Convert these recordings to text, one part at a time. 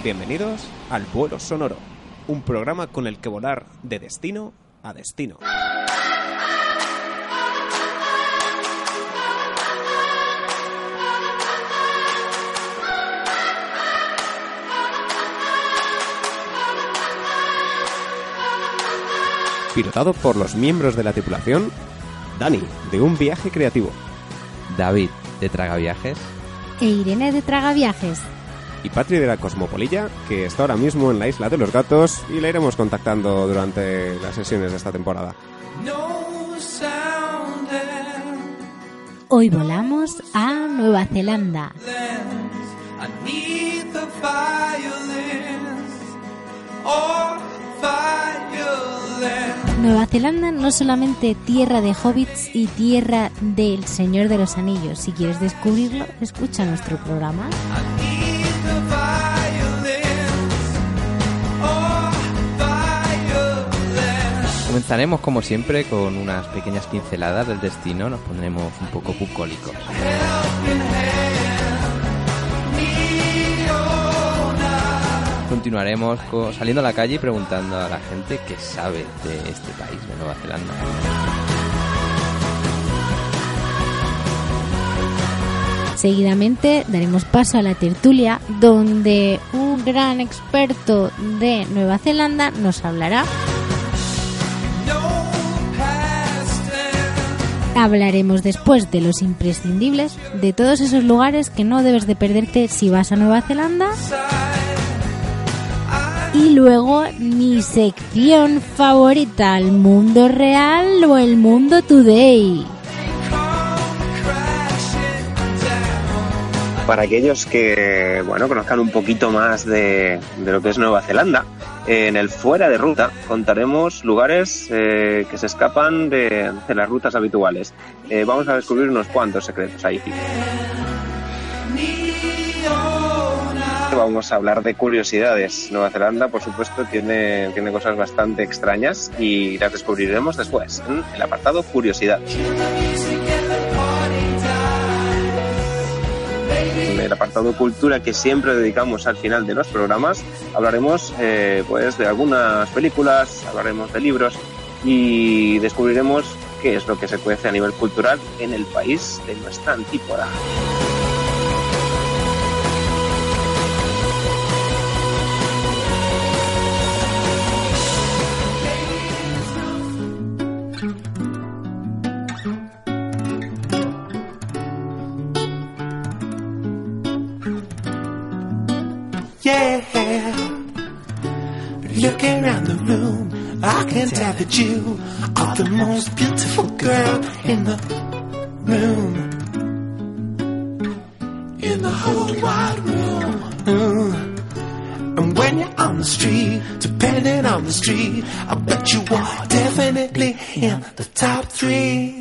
Bienvenidos al Vuelo Sonoro, un programa con el que volar de destino a destino. Pilotado por los miembros de la tripulación: Dani, de Un Viaje Creativo; David, de Tragaviajes; e Irene, de Tragaviajes; y Patri, de la Cosmopolilla, que está ahora mismo en la Isla de los Gatos y la iremos contactando durante las sesiones de esta temporada. Hoy volamos a Nueva Zelanda. Nueva Zelanda no solamente tierra de hobbits y tierra del Señor de los Anillos. Si quieres descubrirlo, escucha nuestro programa. Comenzaremos como siempre con unas pequeñas pinceladas del destino. Nos pondremos un poco bucólicos. Continuaremos saliendo a la calle y preguntando a la gente qué sabe de este país, de Nueva Zelanda. Seguidamente daremos paso a la tertulia, donde un gran experto de Nueva Zelanda nos hablará. Hablaremos después de los imprescindibles, de todos esos lugares que no debes de perderte si vas a Nueva Zelanda. Y luego mi sección favorita, el mundo real o el mundo today. Para aquellos que conozcan un poquito más de lo que es Nueva Zelanda, en el Fuera de Ruta contaremos lugares que se escapan de las rutas habituales. Vamos a descubrir unos cuantos secretos ahí. Vamos a hablar de curiosidades. Nueva Zelanda, por supuesto, tiene cosas bastante extrañas y las descubriremos después, en el apartado Curiosidades. En el apartado Cultura, que siempre dedicamos al final de los programas, hablaremos de algunas películas, hablaremos de libros y descubriremos qué es lo que se cuece a nivel cultural en el país de nuestra antípoda. Yeah, looking around the room, I can tell that you are the most beautiful girl in the room, in the whole wide room. And when you're on the street, depending on the street, I bet you are definitely in the top 3.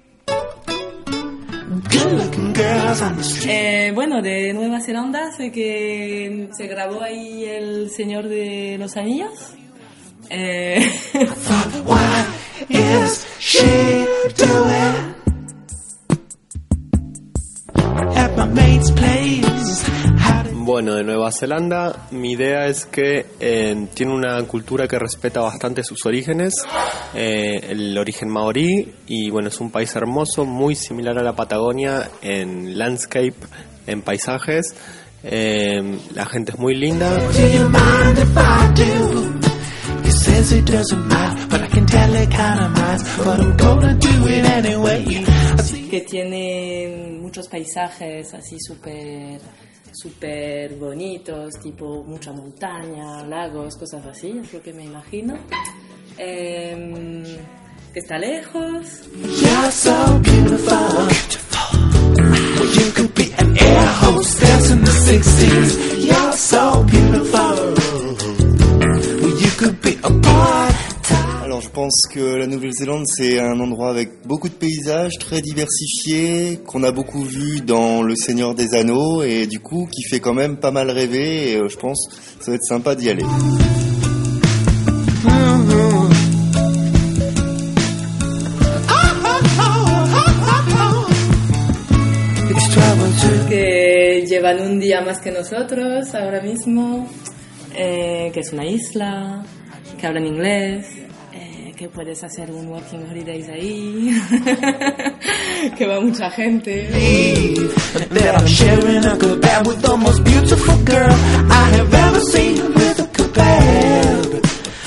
De Nueva Zelanda sé que se grabó ahí El Señor de los Anillos. Bueno, de Nueva Zelanda, mi idea es que tiene una cultura que respeta bastante sus orígenes, el origen maorí, y es un país hermoso, muy similar a la Patagonia en landscape, en paisajes. La gente es muy linda. Que tiene muchos paisajes así súper bonitos, tipo mucha montaña, lagos, cosas así, es lo que me imagino. Que está lejos. You're so beautiful. You could be an air hostess in the 60s. You're so beautiful. You could be a part. Alors je pense que la Nouvelle-Zélande c'est un endroit avec beaucoup de paysages très diversifiés, qu'on a beaucoup vu dans Le Seigneur des Anneaux et du coup qui fait quand même pas mal rêver et je pense que ça va être sympa d'y aller. Que llevan un día más que nosotros ahora mismo. que es una isla, que hablan inglés, que puedes hacer un working holidays ahí, que va mucha gente. That I'm sharing a kebab with the most beautiful girl I have ever seen with a kebab.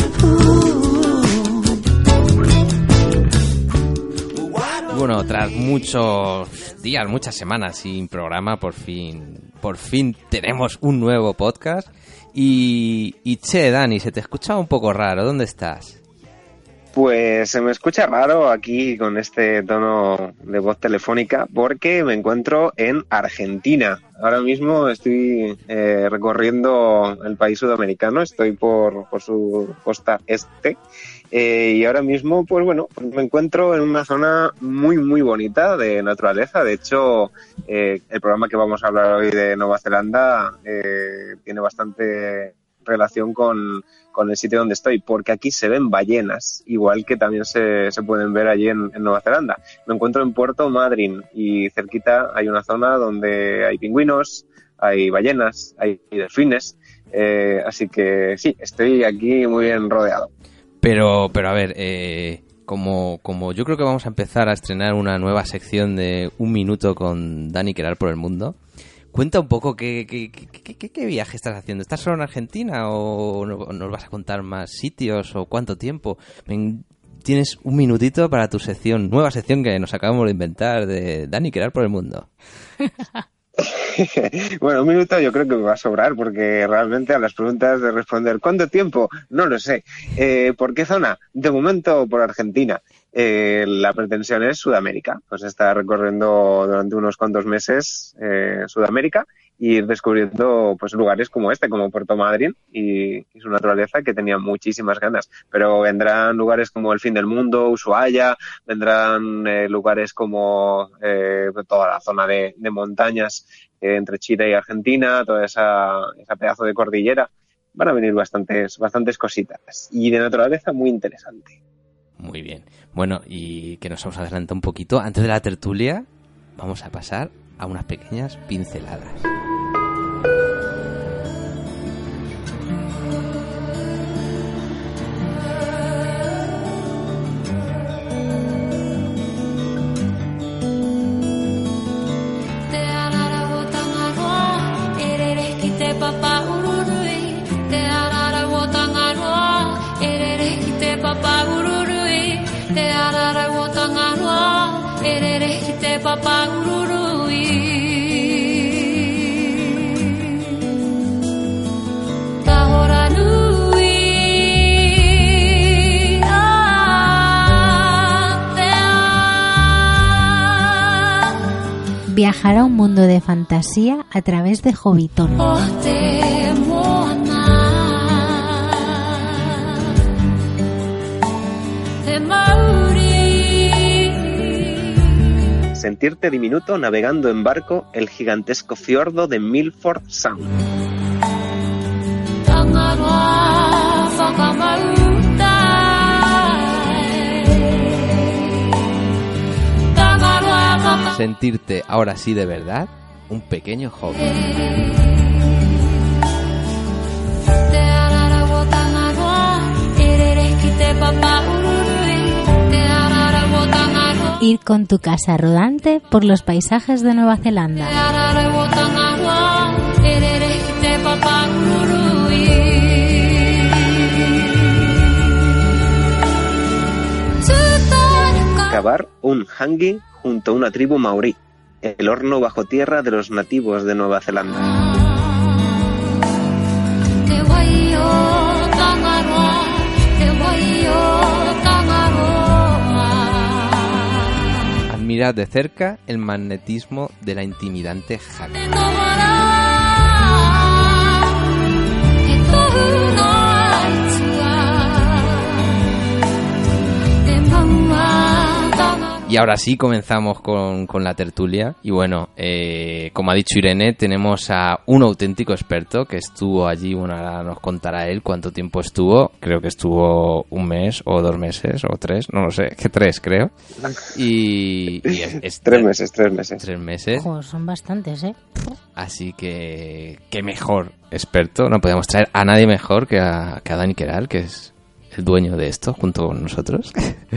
Bueno, tras muchos días, muchas semanas sin programa, por fin tenemos un nuevo podcast. Y che, Dani, se te escuchaba un poco raro. ¿Dónde estás? Pues se me escucha raro aquí con este tono de voz telefónica porque me encuentro en Argentina. Ahora mismo estoy recorriendo el país sudamericano, estoy por su costa este. Y ahora mismo, pues bueno, me encuentro en una zona muy, muy bonita de naturaleza. De hecho, el programa que vamos a hablar hoy de Nueva Zelanda tiene bastante relación con el sitio donde estoy, porque aquí se ven ballenas, igual que también se pueden ver allí en Nueva Zelanda. Me encuentro en Puerto Madryn y cerquita hay una zona donde hay pingüinos, hay ballenas, hay delfines, así que sí, estoy aquí muy bien rodeado. Pero a ver, como yo creo que vamos a empezar a estrenar una nueva sección de Un Minuto con Dani Queral por el Mundo, cuenta un poco qué viaje estás haciendo. ¿Estás solo en Argentina o nos vas a contar más sitios o cuánto tiempo? Tienes un minutito para tu sección, nueva sección que nos acabamos de inventar de Dani Queral por el Mundo. Bueno, un minuto yo creo que me va a sobrar porque realmente a las preguntas de responder ¿cuánto tiempo? No lo sé. ¿Por qué zona? De momento por Argentina. La pretensión es Sudamérica, pues estar recorriendo durante unos cuantos meses Sudamérica y ir descubriendo pues lugares como este, como Puerto Madryn y su naturaleza, que tenía muchísimas ganas. Pero vendrán lugares como el fin del mundo, Ushuaia, vendrán lugares como toda la zona de montañas entre Chile y Argentina, toda esa pedazo de cordillera. Van a venir bastantes cositas y de naturaleza muy interesante. Muy bien. Bueno, y que nos vamos a adelantar un poquito. Antes de la tertulia, vamos a pasar a unas pequeñas pinceladas. Viajar a un mundo de fantasía a través de Hobbiton. Sentirte diminuto navegando en barco el gigantesco fiordo de Milford Sound. Sentirte ahora sí de verdad un pequeño hobbit. Ir con tu casa rodante por los paisajes de Nueva Zelanda. Cavar un hangi junto a una tribu maorí, el horno bajo tierra de los nativos de Nueva Zelanda. Admirad de cerca el magnetismo de la intimidante Haka. Y ahora sí comenzamos con la tertulia. Y bueno, como ha dicho Irene, tenemos a un auténtico experto que estuvo allí. Bueno, ahora nos contará él cuánto tiempo estuvo. Creo que estuvo 1 mes o 2 meses o 3, no lo sé, que 3 creo. Y es 3 meses. 3 meses. Joder, son bastantes, ¿eh? Así que qué mejor experto. No podemos traer a nadie mejor que a Dani Queral, que es el dueño de esto, junto con nosotros.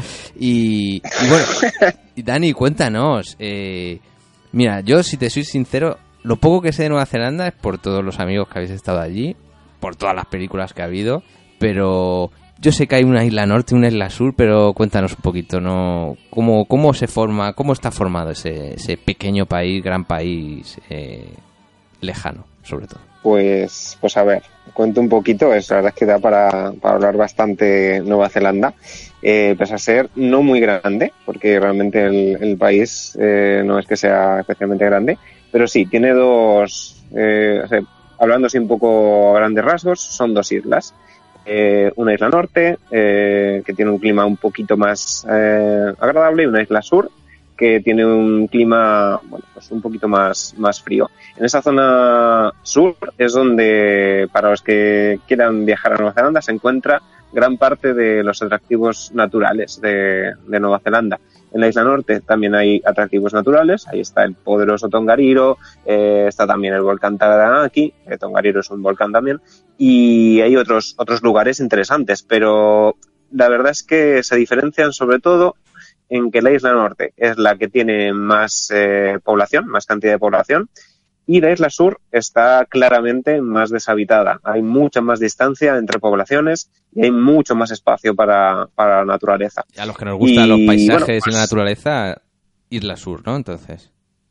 y bueno, Dani, cuéntanos. Mira, yo, si te soy sincero, lo poco que sé de Nueva Zelanda es por todos los amigos que habéis estado allí, por todas las películas que ha habido, pero yo sé que hay una isla norte y una isla sur, pero cuéntanos un poquito, ¿no? ¿Cómo se forma, cómo está formado ese pequeño país, gran país, lejano, sobre todo? Pues a ver, cuento un poquito. La verdad es que da para hablar bastante Nueva Zelanda, pese a ser no muy grande, porque realmente el país no es que sea especialmente grande, pero sí, tiene dos, o sea, hablando así un poco a grandes rasgos, son 2 islas. Una isla norte, que tiene un clima un poquito más agradable, y una isla sur, que tiene un clima, bueno, pues un poquito más frío. En esa zona sur es donde, para los que quieran viajar a Nueva Zelanda, se encuentra gran parte de los atractivos naturales de Nueva Zelanda. En la isla norte también hay atractivos naturales. Ahí está el poderoso Tongariro, está también el volcán Taranaki, Tongariro es un volcán también, y hay otros lugares interesantes, pero la verdad es que se diferencian sobre todo en que la isla norte es la que tiene más población, más cantidad de población, y la isla sur está claramente más deshabitada. Hay mucha más distancia entre poblaciones y hay mucho más espacio para la naturaleza. A los que nos gustan los paisajes, bueno, pues, y la naturaleza, isla sur, ¿no? Entonces.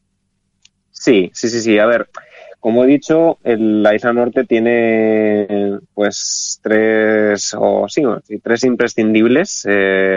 Sí. A ver, como he dicho, la isla norte tiene pues 3 imprescindibles,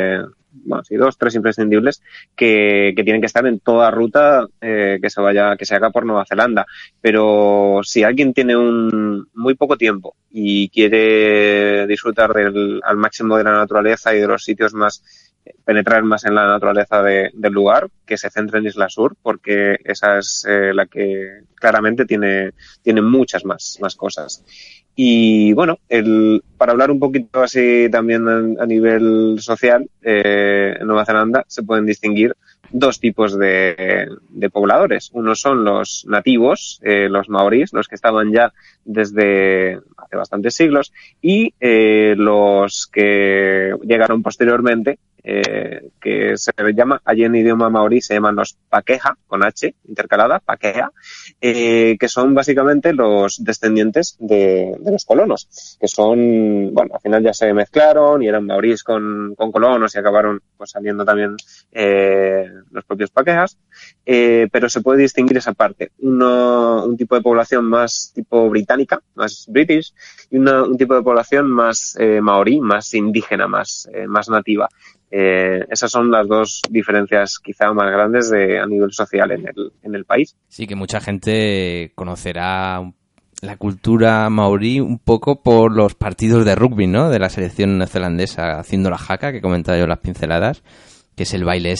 3 imprescindibles que tienen que estar en toda ruta que se haga por Nueva Zelanda. Pero si alguien tiene muy poco tiempo y quiere disfrutar al máximo de la naturaleza y de los sitios penetrar más en la naturaleza del lugar, que se centre en Isla Sur, porque esa es la que claramente tiene muchas más cosas. Y bueno, para hablar un poquito así también a nivel social, en Nueva Zelanda se pueden distinguir 2 tipos de pobladores. Unos son los nativos, los maorís, los que estaban ya desde hace bastantes siglos, y los que llegaron posteriormente, que se llama, allí en idioma maorí se llaman los Pakeha, con H intercalada, Pakeha, que son básicamente los descendientes de los colonos, que son, bueno, al final ya se mezclaron y eran maorís con colonos y acabaron pues saliendo también los propios Pakehas, pero se puede distinguir esa parte, un tipo de población más tipo británica, más british, y un tipo de población más maorí, más indígena, más nativa. Esas son las 2 diferencias quizá más grandes a nivel social en el país. Sí, que mucha gente conocerá la cultura maorí un poco por los partidos de rugby, ¿no? De la selección neozelandesa haciendo la haka, que comentaba yo en las pinceladas, que es el baile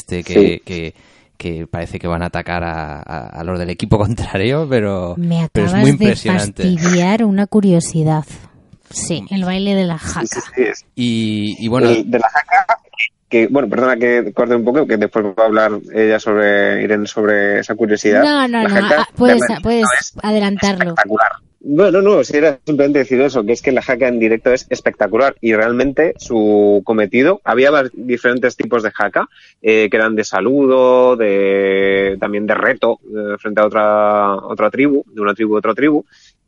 que parece que van a atacar a los del equipo contrario, pero es muy impresionante. Me acabas de fastidiar una curiosidad. Sí, el baile de la haka. Sí. Y bueno... de la haka... Que, bueno, perdona que corte un poco, que después va a hablar ella Irene sobre esa curiosidad. No, puedes adelantarlo. Espectacular. No, si era simplemente decir eso, que es que la haka en directo es espectacular y realmente su cometido, había diferentes tipos de haka, que eran de saludo, también de reto, frente a otra tribu, de una tribu a otra tribu,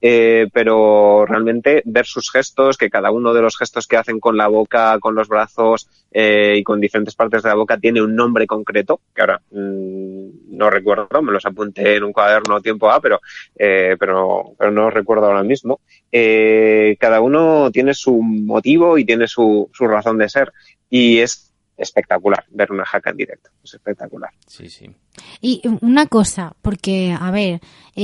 pero realmente ver sus gestos, que cada uno de los gestos que hacen con la boca, con los brazos y con diferentes partes de la boca tiene un nombre concreto, que ahora no recuerdo, me los apunté en un cuaderno tiempo pero no recuerdo ahora mismo. Cada uno tiene su motivo y tiene su razón de ser, y es espectacular ver una haka en directo, es espectacular. Sí. Y una cosa, porque, a ver,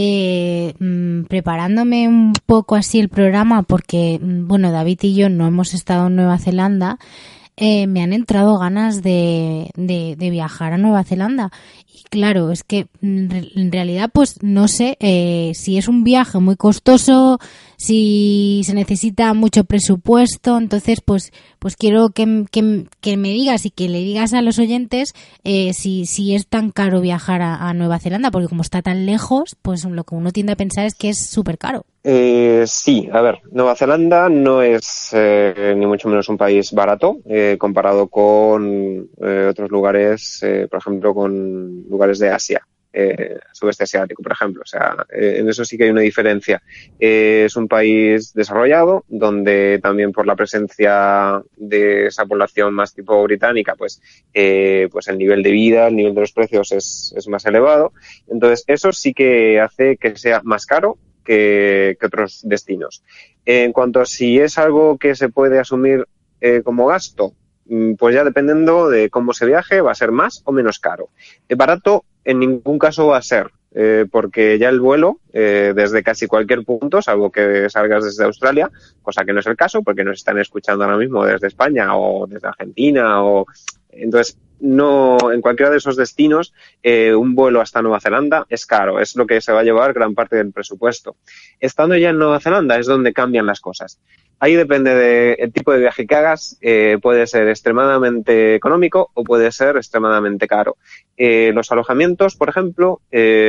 preparándome un poco así el programa, porque, bueno, David y yo no hemos estado en Nueva Zelanda, me han entrado ganas de viajar a Nueva Zelanda. Y claro, es que en realidad pues no sé si es un viaje muy costoso, si se necesita mucho presupuesto. Entonces pues quiero que me digas y que le digas a los oyentes si es tan caro viajar a Nueva Zelanda, porque como está tan lejos, pues lo que uno tiende a pensar es que es súper caro. Sí, a ver, Nueva Zelanda no es ni mucho menos un país barato comparado con otros lugares, por ejemplo, con lugares de Asia, sudeste asiático, por ejemplo. O sea, en eso sí que hay una diferencia. Es un país desarrollado donde también por la presencia de esa población más tipo británica, pues el nivel de vida, el nivel de los precios es más elevado. Entonces, eso sí que hace que sea más caro que otros destinos. En cuanto a si es algo que se puede asumir como gasto, pues ya dependiendo de cómo se viaje, va a ser más o menos caro. Barato en ningún caso va a ser, porque ya el vuelo desde casi cualquier punto, salvo que salgas desde Australia, cosa que no es el caso, porque nos están escuchando ahora mismo desde España o desde Argentina, entonces no, en cualquiera de esos destinos un vuelo hasta Nueva Zelanda es caro, es lo que se va a llevar gran parte del presupuesto. Estando ya en Nueva Zelanda es donde cambian las cosas. Ahí depende del tipo de viaje que hagas, puede ser extremadamente económico o puede ser extremadamente caro. Los alojamientos, por ejemplo,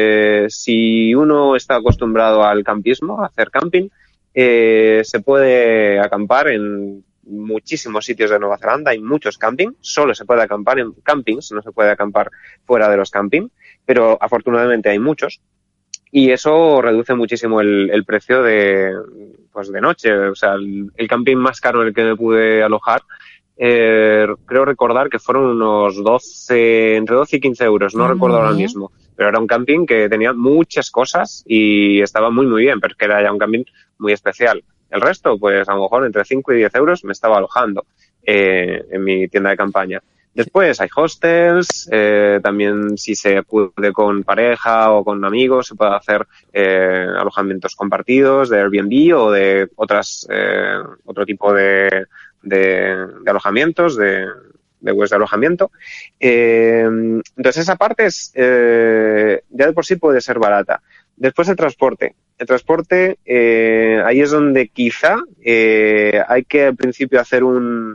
si uno está acostumbrado al campismo, a hacer camping, se puede acampar en muchísimos sitios de Nueva Zelanda, hay muchos campings, solo se puede acampar en campings, no se puede acampar fuera de los campings, pero afortunadamente hay muchos. Y eso reduce muchísimo el precio de noche. O sea, el camping más caro en el que me pude alojar, creo recordar que fueron unos entre 12 y 15 euros, no recuerdo ahora mismo. Pero era un camping que tenía muchas cosas y estaba muy, muy bien, pero es que era ya un camping muy especial. El resto, pues a lo mejor entre 5 y 10 euros me estaba alojando en mi tienda de campaña. Después hay hostels, también si se puede con pareja o con amigos, se puede hacer alojamientos compartidos de Airbnb o de otro tipo de alojamientos, de webs de alojamiento. Entonces esa parte ya de por sí puede ser barata. Después el transporte. El transporte, ahí es donde quizá hay que al principio hacer una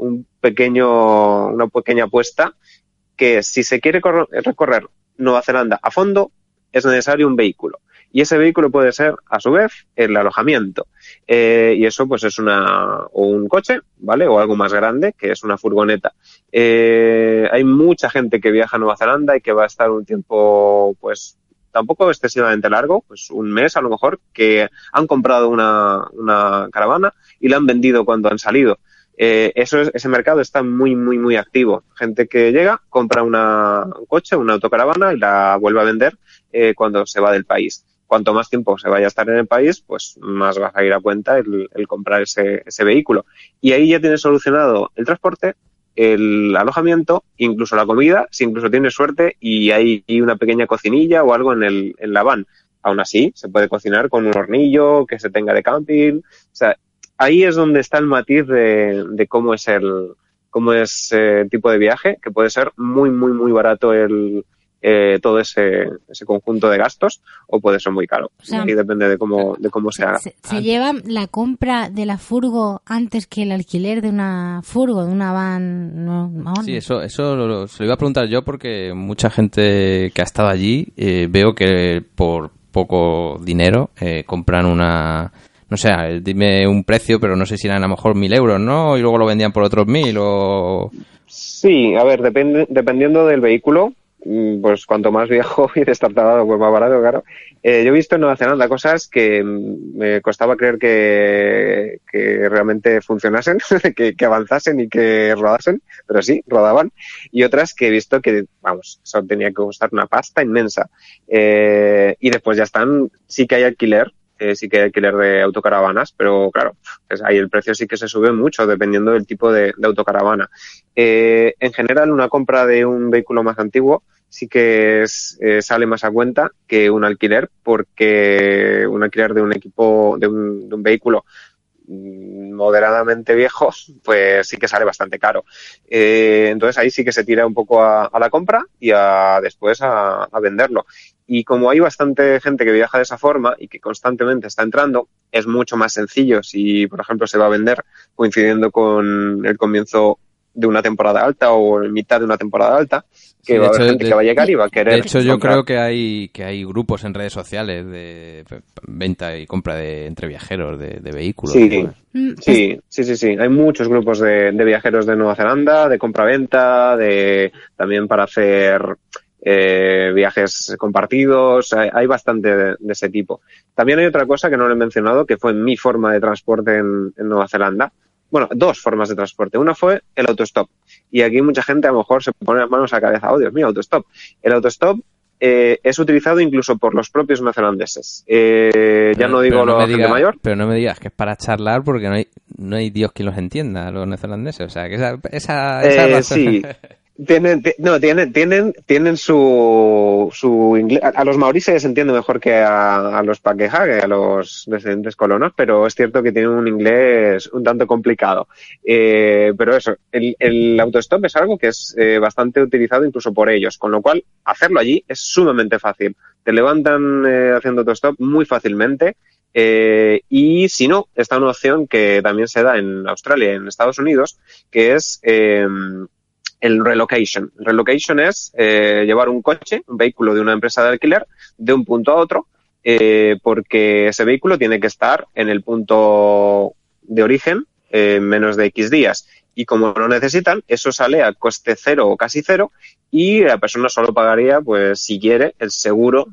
pequeña apuesta, que si se quiere recorrer Nueva Zelanda a fondo, es necesario un vehículo. Y ese vehículo puede ser, a su vez, el alojamiento. Y eso pues es un coche, ¿vale? O algo más grande, que es una furgoneta. Hay mucha gente que viaja a Nueva Zelanda y que va a estar un tiempo, pues, tampoco excesivamente largo, pues un mes a lo mejor, que han comprado una caravana y la han vendido cuando han salido. Ese mercado está muy, muy, muy activo. Gente que llega, compra un coche, una autocaravana y la vuelve a vender cuando se va del país. Cuanto más tiempo se vaya a estar en el país, pues más va a ir a cuenta el comprar ese vehículo. Y ahí ya tienes solucionado el transporte, el alojamiento, incluso la comida, si incluso tienes suerte y hay una pequeña cocinilla o algo en la van. Aún así, se puede cocinar con un hornillo que se tenga de camping. O sea, ahí es donde está el matiz de cómo es el tipo de viaje, que puede ser muy, muy, muy barato todo ese conjunto de gastos, o puede ser muy caro. O sea, y depende de cómo se haga. ¿Se lleva la compra de la furgo antes que el alquiler de una furgo, de una van? No. Sí, eso se lo iba a preguntar yo, porque mucha gente que ha estado allí veo que por poco dinero compran una... No sé, dime un precio, pero no sé si eran a lo mejor 1.000 euros, ¿no? Y luego lo vendían por otros 1.000 o... Sí, a ver, dependiendo del vehículo, pues cuanto más viejo y destartalado, pues más barato, claro. Yo he visto en Nueva Zelanda cosas que me costaba creer que realmente funcionasen, que avanzasen y que rodasen, pero sí, rodaban. Y otras que he visto que, vamos, eso tenía que costar una pasta inmensa. Y después ya sí que hay alquiler. Sí que hay alquiler de autocaravanas, pero claro, pues ahí el precio sí que se sube mucho dependiendo del tipo de autocaravana. En general, una compra de un vehículo más antiguo sí que sale más a cuenta que un alquiler, porque un alquiler de un equipo, de un vehículo moderadamente viejo, pues sí que sale bastante caro. Entonces ahí sí que se tira un poco a la compra y después a venderlo. Y como hay bastante gente que viaja de esa forma y que constantemente está entrando, es mucho más sencillo si, por ejemplo, se va a vender coincidiendo con el comienzo de una temporada alta o en mitad de una temporada alta, que Sí, va a haber gente que va a llegar y va a querer De hecho, yo comprar. creo que hay grupos en redes sociales de venta y compra entre viajeros de vehículos. Sí, ¿no? sí. Hay muchos grupos de viajeros de Nueva Zelanda, de compra-venta, también para hacer viajes compartidos. Hay bastante de ese tipo. También hay otra cosa que no lo he mencionado, que fue mi forma de transporte en Nueva Zelanda. Bueno, dos formas de transporte. Una fue el autostop. Y aquí mucha gente a lo mejor se pone las manos a la cabeza. Oh, Dios mío, autostop. El autostop es utilizado incluso por los propios neozelandeses. Ya no digo la gente mayor. Pero no me digas que es para charlar porque no hay Dios quien los entienda, los neozelandeses. O sea, que esa razón... Sí. Tienen su inglés. A los maoríes se les entiende mejor que a los pakeha, que a los descendientes colonos, pero es cierto que tienen un inglés un tanto complicado. Pero eso, el autostop es algo que es bastante utilizado incluso por ellos, con lo cual hacerlo allí es sumamente fácil. Te levantan haciendo autostop muy fácilmente. Y si no, está una opción que también se da en Australia y en Estados Unidos, que es el relocation. El relocation es llevar un coche, un vehículo de una empresa de alquiler, de un punto a otro, porque ese vehículo tiene que estar en el punto de origen en menos de X días. Y como lo necesitan, eso sale a coste cero o casi cero, y la persona solo pagaría, pues, si quiere, el seguro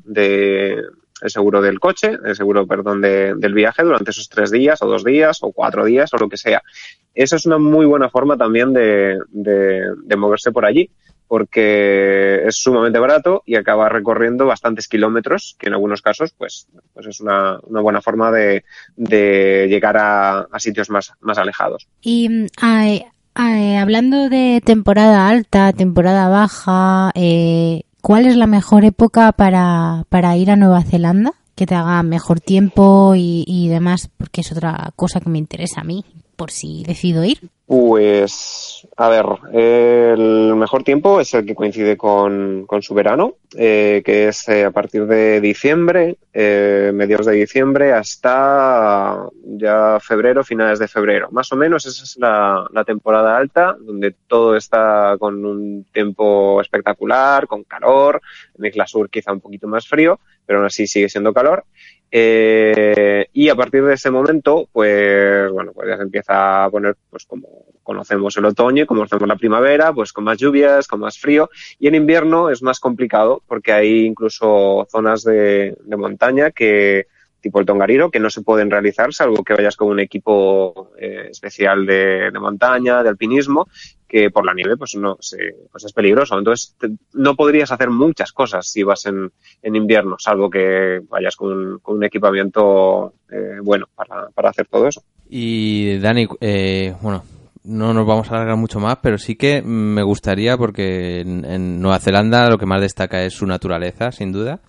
del coche, del viaje durante esos 3 días o 2 días o 4 días o lo que sea. Eso es una muy buena forma también de moverse por allí, porque es sumamente barato y acaba recorriendo bastantes kilómetros, que en algunos casos pues es una buena forma de llegar a sitios más alejados. Y hablando de temporada alta, temporada baja, ¿cuál es la mejor época para ir a Nueva Zelanda? Que te haga mejor tiempo y demás, porque es otra cosa que me interesa a mí, por si decido ir. Pues, a ver, el mejor tiempo es el que coincide con su verano, que es a partir de diciembre, mediados de diciembre hasta ya febrero, finales de febrero. Más o menos esa es la temporada alta, donde todo está con un tiempo espectacular, con calor. En Isla Sur quizá un poquito más frío, pero aún así sigue siendo calor. Y a partir de ese momento, pues ya se empieza a poner, pues como conocemos el otoño y como conocemos la primavera, pues con más lluvias, con más frío. Y en invierno es más complicado porque hay incluso zonas de montaña tipo el Tongariro, que no se pueden realizar salvo que vayas con un equipo especial de montaña, de alpinismo, que por la nieve pues es peligroso. Entonces no podrías hacer muchas cosas si vas en invierno, salvo que vayas con un equipamiento bueno para hacer todo eso. Y Dani, no nos vamos a alargar mucho más, pero sí que me gustaría, porque en Nueva Zelanda lo que más destaca es su naturaleza, sin duda.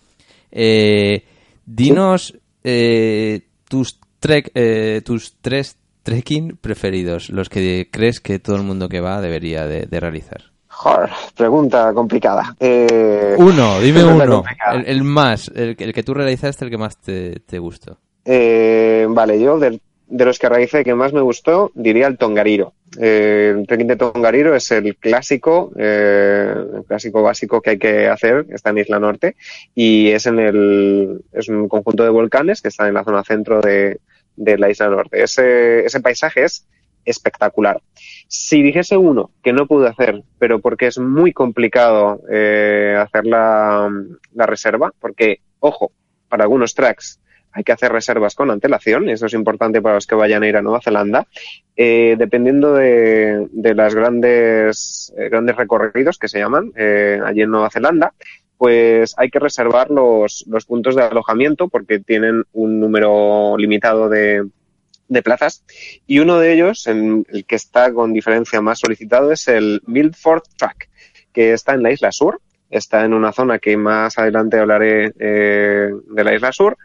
Dinos tus 3 trekking preferidos, los que crees que todo el mundo que va debería de realizar. Joder, pregunta complicada. Dime uno. El que tú realizaste, el que más te gustó. Vale, yo de los que realicé que más me gustó, diría el Tongariro. El trekking de Tongariro es el clásico básico que hay que hacer, está en Isla Norte, y es un conjunto de volcanes que está en la zona centro de la Isla Norte. Ese paisaje es espectacular. Si dijese uno que no pude hacer, pero porque es muy complicado hacer la reserva, porque, ojo, para algunos tracks hay que hacer reservas con antelación, eso es importante para los que vayan a ir a Nueva Zelanda. Dependiendo de las grandes recorridos que se llaman allí en Nueva Zelanda, pues hay que reservar los puntos de alojamiento porque tienen un número limitado de plazas, y uno de ellos, el que está con diferencia más solicitado, es el Milford Track, que está en la Isla Sur, está en una zona que más adelante hablaré de la Isla Sur,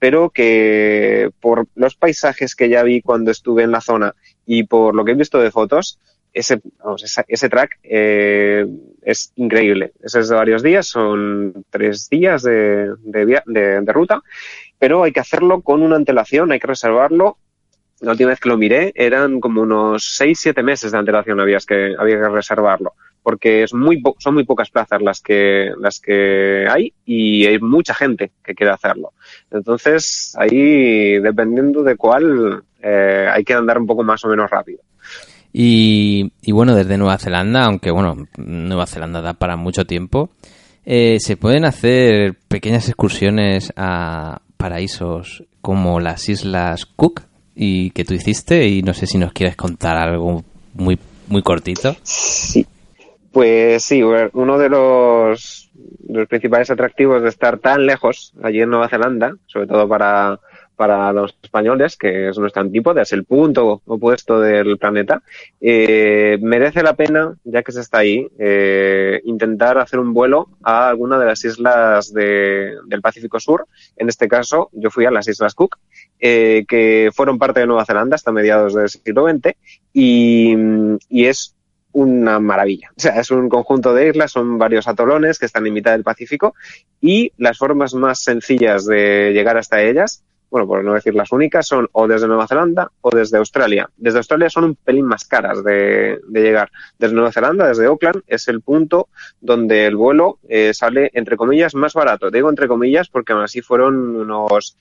pero que por los paisajes que ya vi cuando estuve en la zona y por lo que he visto de fotos, ese track es increíble. Ese es de varios días, son 3 días de ruta, pero hay que hacerlo con una antelación, hay que reservarlo. La última vez que lo miré eran como unos 6-7 meses de antelación había que reservarlo, porque son muy pocas plazas las que hay y hay mucha gente que quiere hacerlo. Entonces, ahí, dependiendo de cuál, hay que andar un poco más o menos rápido. Y bueno, desde Nueva Zelanda, aunque bueno, Nueva Zelanda da para mucho tiempo, se pueden hacer pequeñas excursiones a paraísos como las Islas Cook, y que tú hiciste, y no sé si nos quieres contar algo muy muy cortito. Sí, pues sí, uno de los principales atractivos de estar tan lejos allí en Nueva Zelanda, sobre todo para los españoles, que es nuestro antípoda, es el punto opuesto del planeta, merece la pena, ya que se está ahí, intentar hacer un vuelo a alguna de las islas del Pacífico Sur. En este caso, yo fui a las Islas Cook, que fueron parte de Nueva Zelanda hasta mediados del siglo XX, y es una maravilla. O sea, es un conjunto de islas, son varios atolones que están en mitad del Pacífico, y las formas más sencillas de llegar hasta ellas, bueno, por no decir las únicas, son o desde Nueva Zelanda o desde Australia. Desde Australia son un pelín más caras de llegar. Desde Nueva Zelanda, desde Auckland, es el punto donde el vuelo sale, entre comillas, más barato. Digo entre comillas porque aún así fueron unos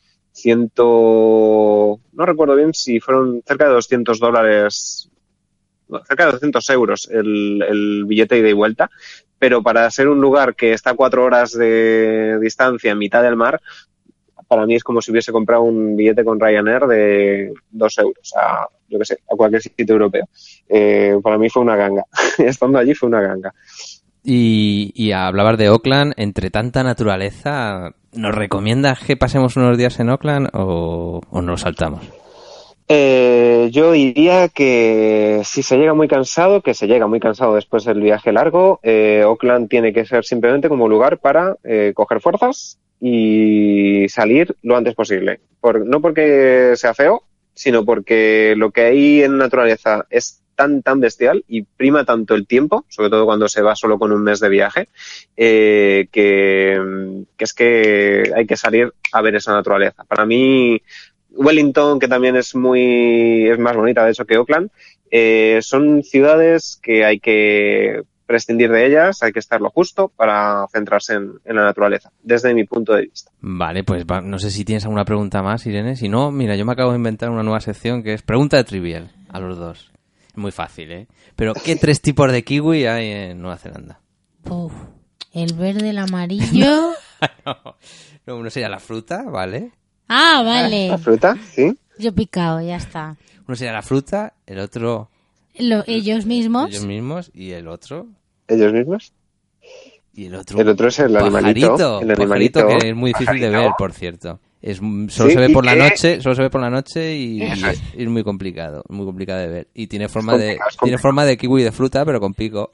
no recuerdo bien si fueron cerca de $200, cerca de 200 euros el billete ida y vuelta, pero para ser un lugar que está a 4 horas de distancia en mitad del mar, para mí es como si hubiese comprado un billete con Ryanair de 2 euros a, yo qué sé, a cualquier sitio europeo. Para mí fue una ganga. Estando allí fue una ganga. Y hablabas de Auckland, entre tanta naturaleza, ¿nos recomiendas que pasemos unos días en Auckland o nos saltamos? Yo diría que si se llega muy cansado, que se llega muy cansado después del viaje largo, Auckland tiene que ser simplemente como lugar para coger fuerzas y salir lo antes posible. No porque sea feo, sino porque lo que hay en naturaleza es tan bestial y prima tanto el tiempo, sobre todo cuando se va solo con un mes de viaje, que es que hay que salir a ver esa naturaleza. Para mí, Wellington, que también es más bonita de hecho que Auckland, son ciudades que hay que prescindir de ellas, hay que estar lo justo para centrarse en la naturaleza, desde mi punto de vista. Vale, pues no sé si tienes alguna pregunta más, Irene. Si no, mira, yo me acabo de inventar una nueva sección que es pregunta de trivial a los dos. Es muy fácil, ¿eh? Pero, ¿qué 3 tipos de kiwi hay en Nueva Zelanda? Uf, el verde, el amarillo... no, uno sería la fruta, ¿vale? Ah, vale. ¿La fruta? Sí. Yo picado, ya está. Uno sería la fruta, el otro... ellos mismos. Ellos mismos, y el otro... ¿Ellos mismos? Y el otro... El otro es el animalito. El pajarito, que es muy difícil de ver, por cierto. Solo se ve por la noche y es muy complicado de ver. Y tiene forma de kiwi de fruta, pero con pico.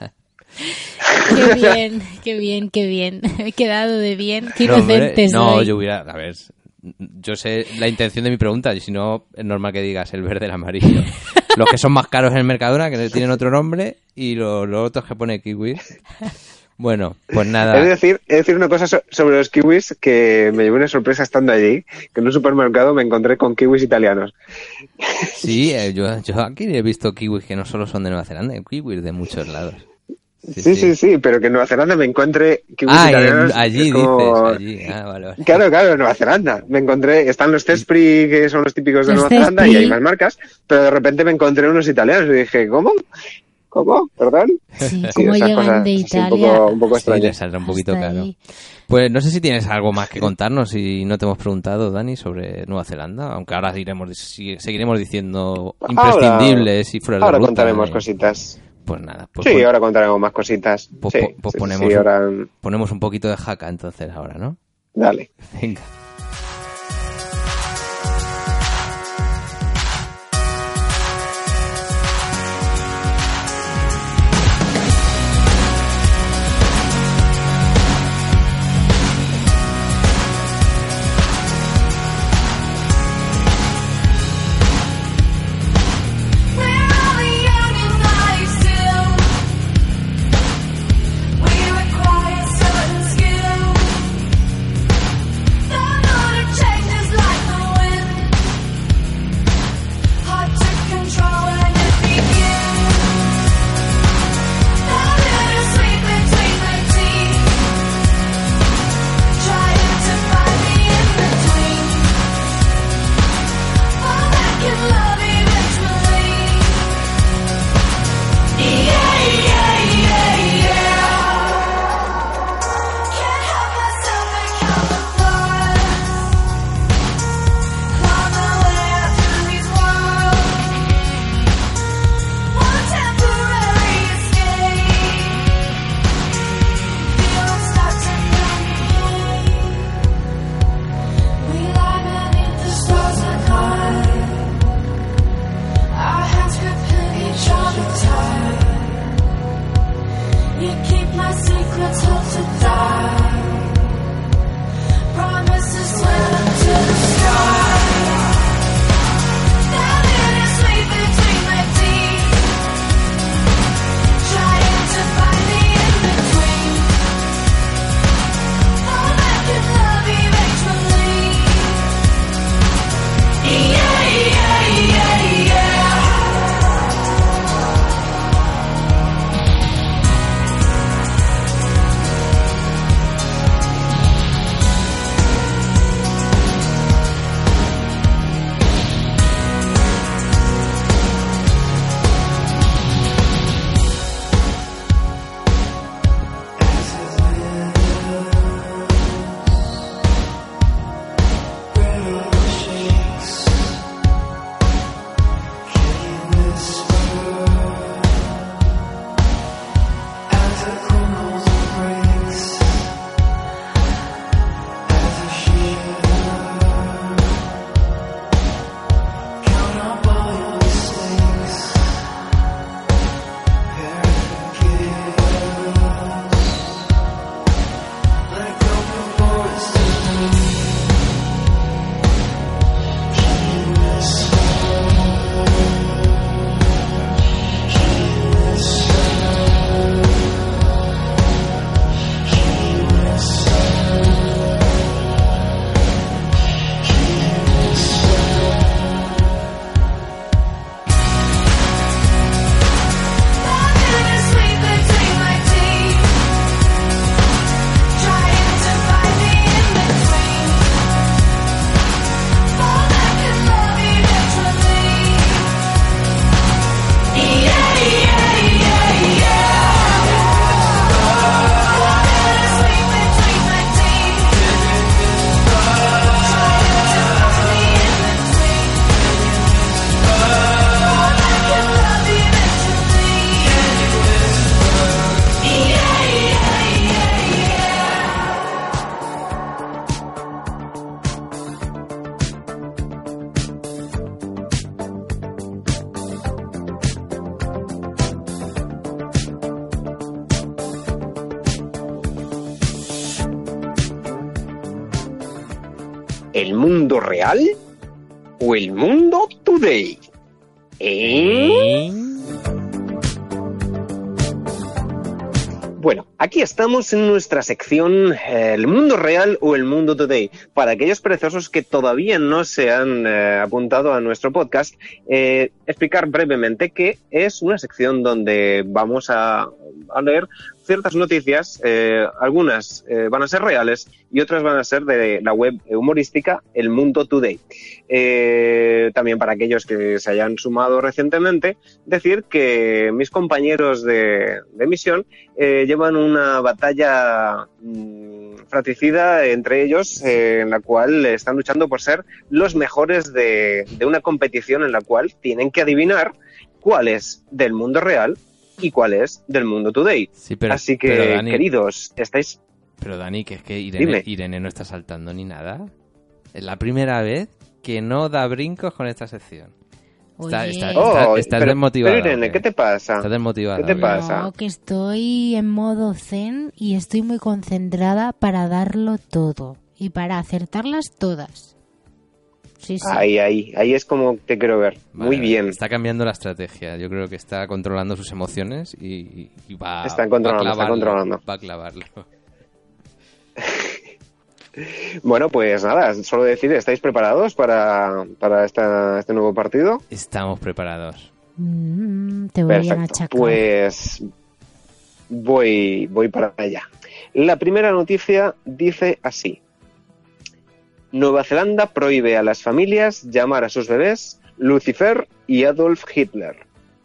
Qué bien. He quedado de bien. Qué inocente soy. Yo sé la intención de mi pregunta, y si no, es normal que digas el verde, el amarillo. Los que son más caros en el Mercadona, que tienen otro nombre, y los otros que pone kiwi. Bueno, pues nada. Es decir una cosa sobre los kiwis que me llevó una sorpresa estando allí, que en un supermercado me encontré con kiwis italianos. Sí, yo aquí he visto kiwis que no solo son de Nueva Zelanda, hay kiwis de muchos lados. Sí, pero que en Nueva Zelanda me encontré kiwis italianos. Allí como... dices, allí. Vale. Claro, en Nueva Zelanda. Me encontré, están los Zespri, que son los típicos de Nueva Zelanda, y hay más marcas, pero de repente me encontré unos italianos y dije, ¿cómo? ¿Perdón? Sí, ¿cómo llegan de Italia? Un poco extraño. Sí, les saldrá un poquito caro. Pues no sé si tienes algo más que contarnos y no te hemos preguntado, Dani, sobre Nueva Zelanda, aunque ahora seguiremos diciendo imprescindibles y fuera de ruta. Ahora contaremos cositas. Pues nada. Ahora contaremos más cositas. Ponemos un poquito de jaca entonces ahora, ¿no? Dale. Venga. You keep my secrets, hope to die. Promises swell to the sky. Now it is sweet between my teeth, trying to find the in between. Thought I could love eventually. Yeah, yeah, yeah, yeah. ¿El mundo real o el mundo today? Bueno, aquí estamos en nuestra sección El mundo real o el mundo today. Para aquellos perezosos que todavía no se han apuntado a nuestro podcast, explicar brevemente que es una sección donde vamos a leer ciertas noticias, algunas van a ser reales y otras van a ser de la web humorística El Mundo Today. También para aquellos que se hayan sumado recientemente, decir que mis compañeros de emisión llevan una batalla fratricida entre ellos, en la cual están luchando por ser los mejores de una competición en la cual tienen que adivinar cuál es del mundo real y cuál es del mundo today. Sí, pero, así que, pero Dani, queridos, estáis... Pero Dani, que es que Irene no está saltando ni nada. Es la primera vez que no da brincos con esta sección. Estás desmotivada. Pero Irene, ¿qué te pasa? Estás desmotivada. ¿Qué te pasa? No, que estoy en modo zen y estoy muy concentrada para darlo todo y para acertarlas todas. Sí, sí. Ahí es como te quiero ver. Vale, muy bien. Está cambiando la estrategia. Yo creo que está controlando sus emociones y va, está controlando. Va a clavarlo. Bueno, pues nada, solo decir, ¿estáis preparados para este nuevo partido? Estamos preparados. Te voy Perfecto. a machacar. Pues voy para allá. La primera noticia dice así. Nueva Zelanda prohíbe a las familias llamar a sus bebés Lucifer y Adolf Hitler.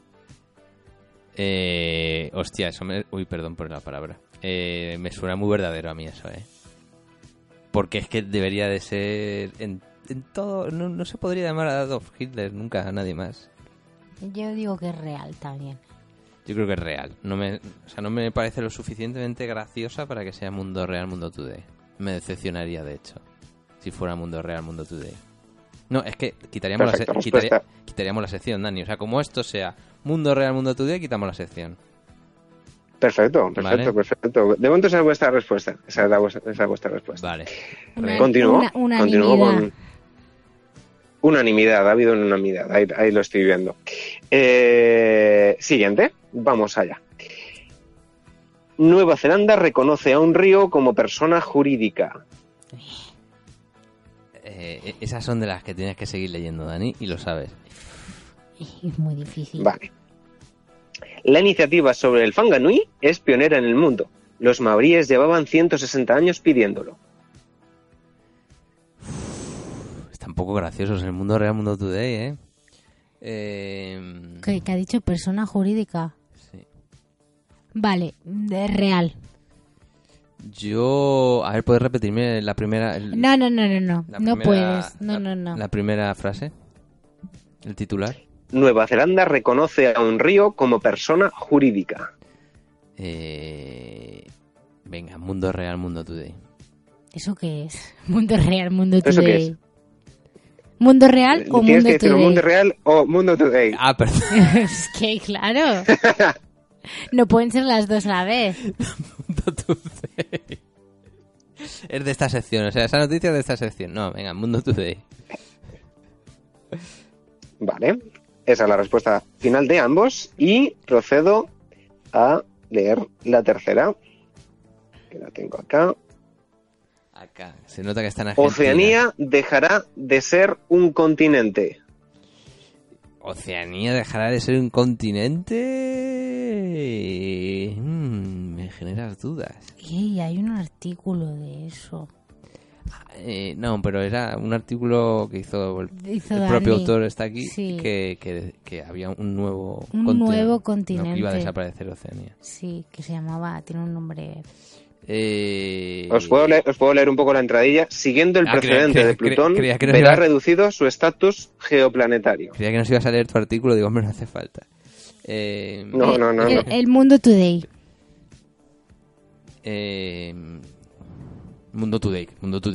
Hostia, eso me... Uy, perdón por la palabra. Me suena muy verdadero a mí eso, Porque es que debería de ser... En todo... No se podría llamar a Adolf Hitler nunca a nadie más. Yo digo que es real también. Yo creo que es real. No me parece lo suficientemente graciosa para que sea Mundo Real, Mundo Today. Me decepcionaría, de hecho, si fuera Mundo Real, Mundo Today. No, es que quitaríamos la sección, Dani. O sea, como esto sea Mundo Real, Mundo Today, quitamos la sección. ¿Vale? perfecto. De momento esa es vuestra respuesta. Esa es vuestra respuesta. Vale. Continúo unanimidad. con unanimidad. Ha habido una unanimidad. Ahí lo estoy viendo. Siguiente. Vamos allá. Nueva Zelanda reconoce a un río como persona jurídica. Esas son de las que tienes que seguir leyendo, Dani, y lo sabes. Es muy difícil. Vale. La iniciativa sobre el Whanganui es pionera en el mundo. Los maoríes llevaban 160 años pidiéndolo. Están un poco graciosos en el mundo real, mundo today, ¿eh? ¿Qué ha dicho? Persona jurídica. Sí. Vale, de real. Yo... A ver, ¿puedes repetirme la primera...? No. No puedes. No. La primera frase. El titular. Nueva Zelanda reconoce a un río como persona jurídica. Venga, mundo real, mundo today. ¿Eso qué es? Mundo real, mundo ¿Eso qué today. es? ¿Mundo real o Tienes mundo que decir today? mundo real o mundo today. Ah, perdón. Es que, claro. No pueden ser las dos a la vez. Mundo today. Es de esta sección, o sea, esa noticia es de esta sección. No, venga, mundo today. Vale. Esa es la respuesta final de ambos. Y procedo a leer la tercera. Que la tengo acá. Acá, se nota que está en Argentina. Oceanía dejará de ser un continente. ¿Oceanía dejará de ser un continente? Me generas dudas. Y hay un artículo de eso. No, pero era un artículo que hizo el Dani. propio autor, está aquí, Sí. que había un nuevo nuevo No, continente. que iba a desaparecer Oceanía. Sí, que se llamaba, tiene un nombre. Os puedo leer un poco la entradilla. Siguiendo el precedente de Plutón, creía que nos verá iba- reducido su estatus geoplanetario. Creía que nos ibas a leer tu artículo, digo, hombre, no hace falta. No. El Mundo Today. Mundo Today.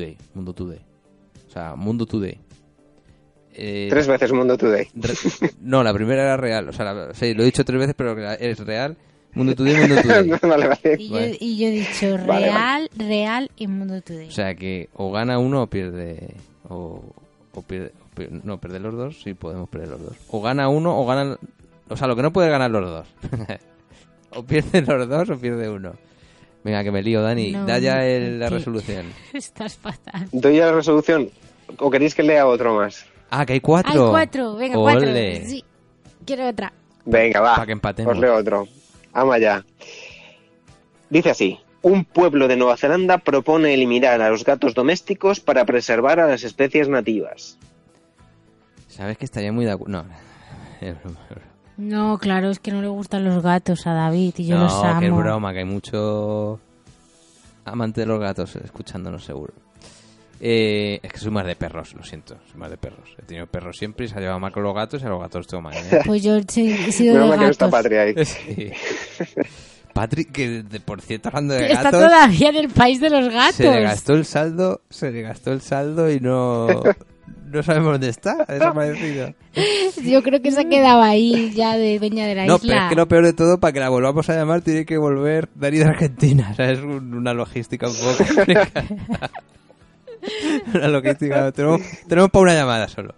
O sea, Mundo Today. 3 veces Mundo Today. No, la primera era real. O sea, sí, lo he dicho 3 veces, pero es real. Mundo Today. Vale. Y yo he dicho Vale, real y Mundo Today. O sea que o gana uno o pierde. No, perder los dos, sí podemos perder los dos. O gana uno o gana. O sea, lo que no puede ganar los dos. O pierde los dos o pierde uno. Venga, que me lío, Dani. No, da ya la ¿qué? resolución. Estás fatal. ¿Doy ya la resolución? ¿O queréis que lea otro más? Ah, que hay 4. Hay 4, venga, Ole. 4. Sí, quiero otra. Venga, va. Pa' que empatemos. Os leo otro. Vamos allá. Dice así. Un pueblo de Nueva Zelanda propone eliminar a los gatos domésticos para preservar a las especies nativas. ¿Sabes que estaría muy de acuerdo? No, es broma. No, claro, es que no le gustan los gatos a David y yo los amo. No, que es broma, que hay mucho amante de los gatos escuchándonos seguro. Es que soy más de perros, lo siento, soy más de perros. He tenido perros siempre y se ha llevado mal con los gatos y a los gatos los tengo mal, ¿eh? Pues yo he sido Menos de mal que no está gatos. Patria ahí. Sí. Patrick, que por cierto, hablando de Está gatos, todavía en el país de los gatos. se le gastó el saldo y no sabemos dónde está, ha desaparecido. Yo creo que se ha quedado ahí ya de dueña de la No, isla. pero es que lo peor de todo, para que la volvamos a llamar, tiene que volver Dani de Argentina. O sea, es una logística un poco complicada. Una logística. Tenemos para una llamada solo.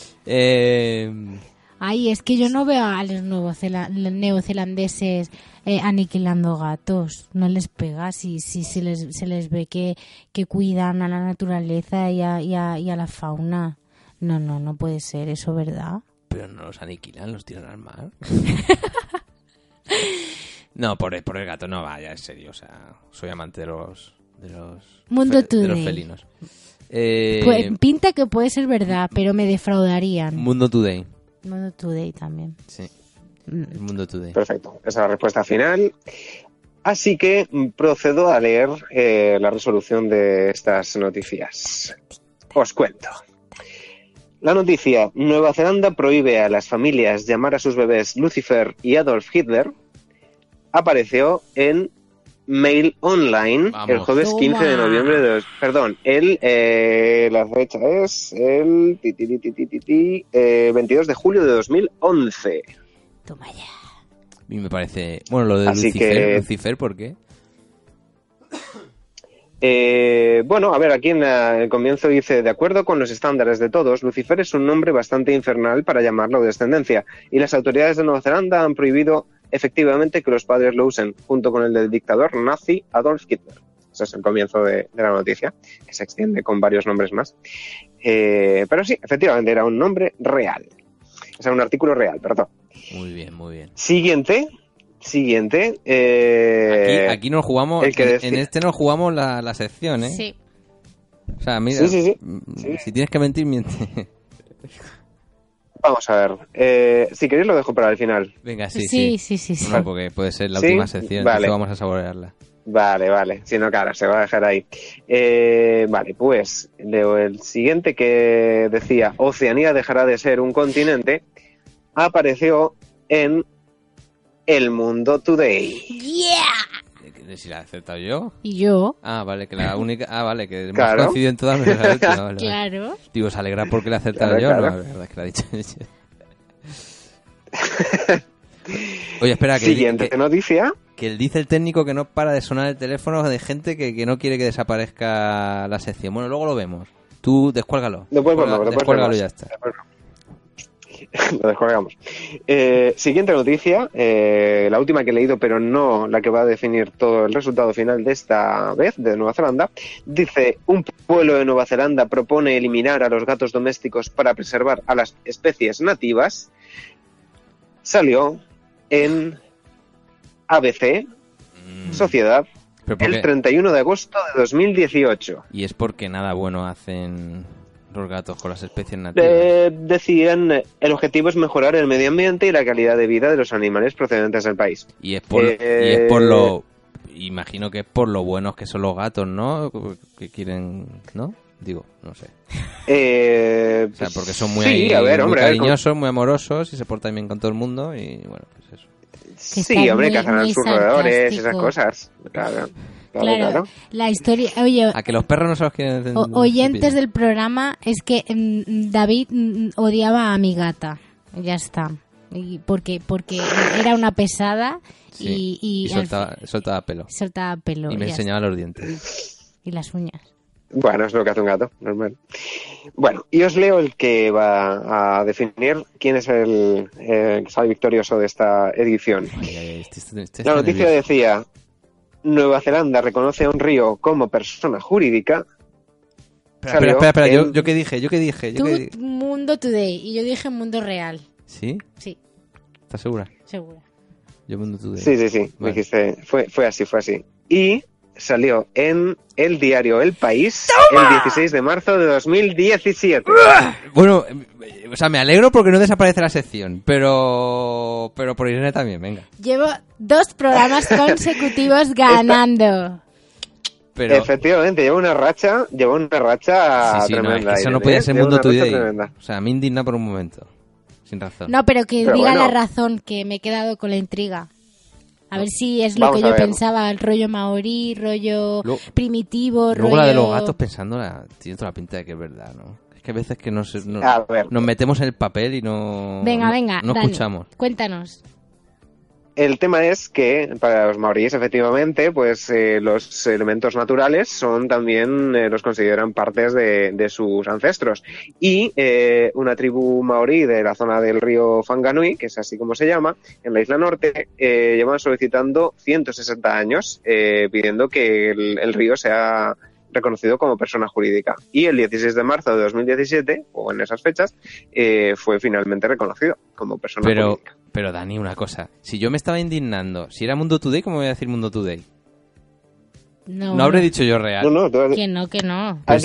Ay, es que yo no veo a los neozelandeses aniquilando gatos. No les pega si se les ve que cuidan a la naturaleza y a la fauna. No puede ser eso, ¿verdad? Pero no los aniquilan, los tiran al mar. No, por el gato no, vaya, en serio. O sea, soy amante de los Mundo de Today. los felinos. Pues, pinta que puede ser verdad, pero me defraudarían. Mundo Today. Mundo Today también. Sí, el Mundo Today. Perfecto, esa es la respuesta final. Así que procedo a leer la resolución de estas noticias. Os cuento. La noticia: Nueva Zelanda prohíbe a las familias llamar a sus bebés Lucifer y Adolf Hitler, apareció en Mail Online. Vamos. El jueves 15 de noviembre de... Perdón, la fecha es el 22 de julio de 2011. Toma ya. Y me parece... Bueno, lo de Así Lucifer, ¿por qué? Bueno, a ver, aquí en el comienzo dice: de acuerdo con los estándares de todos, Lucifer es un nombre bastante infernal para llamarlo de descendencia, y las autoridades de Nueva Zelanda han prohibido efectivamente que los padres lo usen, junto con el del dictador nazi Adolf Hitler. Ese es el comienzo de la noticia, que se extiende con varios nombres más. Pero sí, efectivamente, era un nombre real. O sea, un artículo real, perdón. Muy bien, muy bien. Siguiente. Aquí nos jugamos, en este nos jugamos la sección, ¿eh? Sí. O sea, mira, Sí. Si tienes que mentir, miente. Vamos a ver. Si queréis lo dejo para el final. Venga, sí. Sí. No, porque puede ser la ¿Sí? última sección, Vale. entonces vamos a saborearla. Vale. Si no, claro, se va a dejar ahí. Vale, pues leo el siguiente, que decía: Oceanía dejará de ser un continente. Apareció en El Mundo Today. ¡Yeah! Si la he acertado yo. ¿Y yo? Ah, vale, que la única... Ah, vale, que hemos Claro. coincidido en todas menos la última. Vale. Claro. Digo, ¿se alegra porque la he acertado Claro, yo? claro. No, la verdad es que la he dicho. Oye, espera, Siguiente noticia. que dice el técnico que no para de sonar el teléfono de gente que no quiere que desaparezca la sección. Bueno, luego lo vemos. Tú descuélgalo. Después vemos. Descuélgalo y ya está. Lo descolgamos. Siguiente noticia, la última que he leído, pero no la que va a definir todo el resultado final de esta vez, de Nueva Zelanda. Dice: un pueblo de Nueva Zelanda propone eliminar a los gatos domésticos para preservar a las especies nativas. Salió en ABC, Sociedad, ¿Pero por el qué? 31 de agosto de 2018. Y es porque nada bueno hacen los gatos con las especies nativas. Decían: el objetivo es mejorar el medio ambiente y la calidad de vida de los animales procedentes del país. Y es por lo... Imagino que es por lo buenos que son los gatos, ¿no? Que quieren... ¿No? Digo, no sé. O sea, porque son muy, sí, a ver, muy hombre, cariñosos, muy amorosos y se portan bien con todo el mundo y bueno, pues eso. Que sí, estás hombre, muy- cazan a muy sus roedores, sarcástico. esas cosas. Claro. La historia... Oye, A que los perros no se los quieren... oyentes del programa, es que David odiaba a mi gata. Ya está. Y porque era una pesada Sí, y soltaba pelo. soltaba pelo. Y me ya enseñaba los dientes. está. Y las uñas. Bueno, es lo que hace un gato, normal. Bueno, y os leo el que va a definir quién es el que sale victorioso de esta edición. Ay, este La está noticia nervioso. decía: Nueva Zelanda reconoce a un río como persona jurídica. Espera, Salió ¿yo qué dije? Tú, Mundo Today. Y yo dije Mundo Real. ¿Sí? Sí, ¿Estás segura? seguro. Yo mundo Today. Sí. Vale. Dijiste, fue así. Y salió en el diario El País el 16 de marzo de 2017. Bueno, o sea, me alegro porque no desaparece la sección, pero por Irene también, venga. Llevo 2 programas consecutivos ganando. Pero Efectivamente, lleva una racha sí, no, es tremenda. que eso no Irene, podía ser lleva Mundo una racha Today. tremenda. O sea, me indigna por un momento. Sin razón. No, pero que Pero diga bueno. la razón, que me he quedado con la intriga. A ver si es lo Vamos que a yo ver. pensaba, el rollo maorí, rollo Luego- primitivo, Luego rollo... la de los gatos pensándola, tiene toda la pinta de que es verdad, ¿no? Es que a veces que A ver. nos metemos en el papel y no Venga, no Dani, escuchamos. cuéntanos. El tema es que para los maoríes, efectivamente, pues los elementos naturales son también, los consideran partes de sus ancestros. Y una tribu maorí de la zona del río Whanganui, que es así como se llama, en la isla norte, llevan solicitando 160 años pidiendo que el río sea reconocido como persona jurídica. Y el 16 de marzo de 2017, o en esas fechas, fue finalmente reconocido como persona jurídica. Pero Dani, una cosa, si yo me estaba indignando, si era Mundo Today, ¿cómo voy a decir Mundo Today? No habré dicho yo real. No, tú Que no. has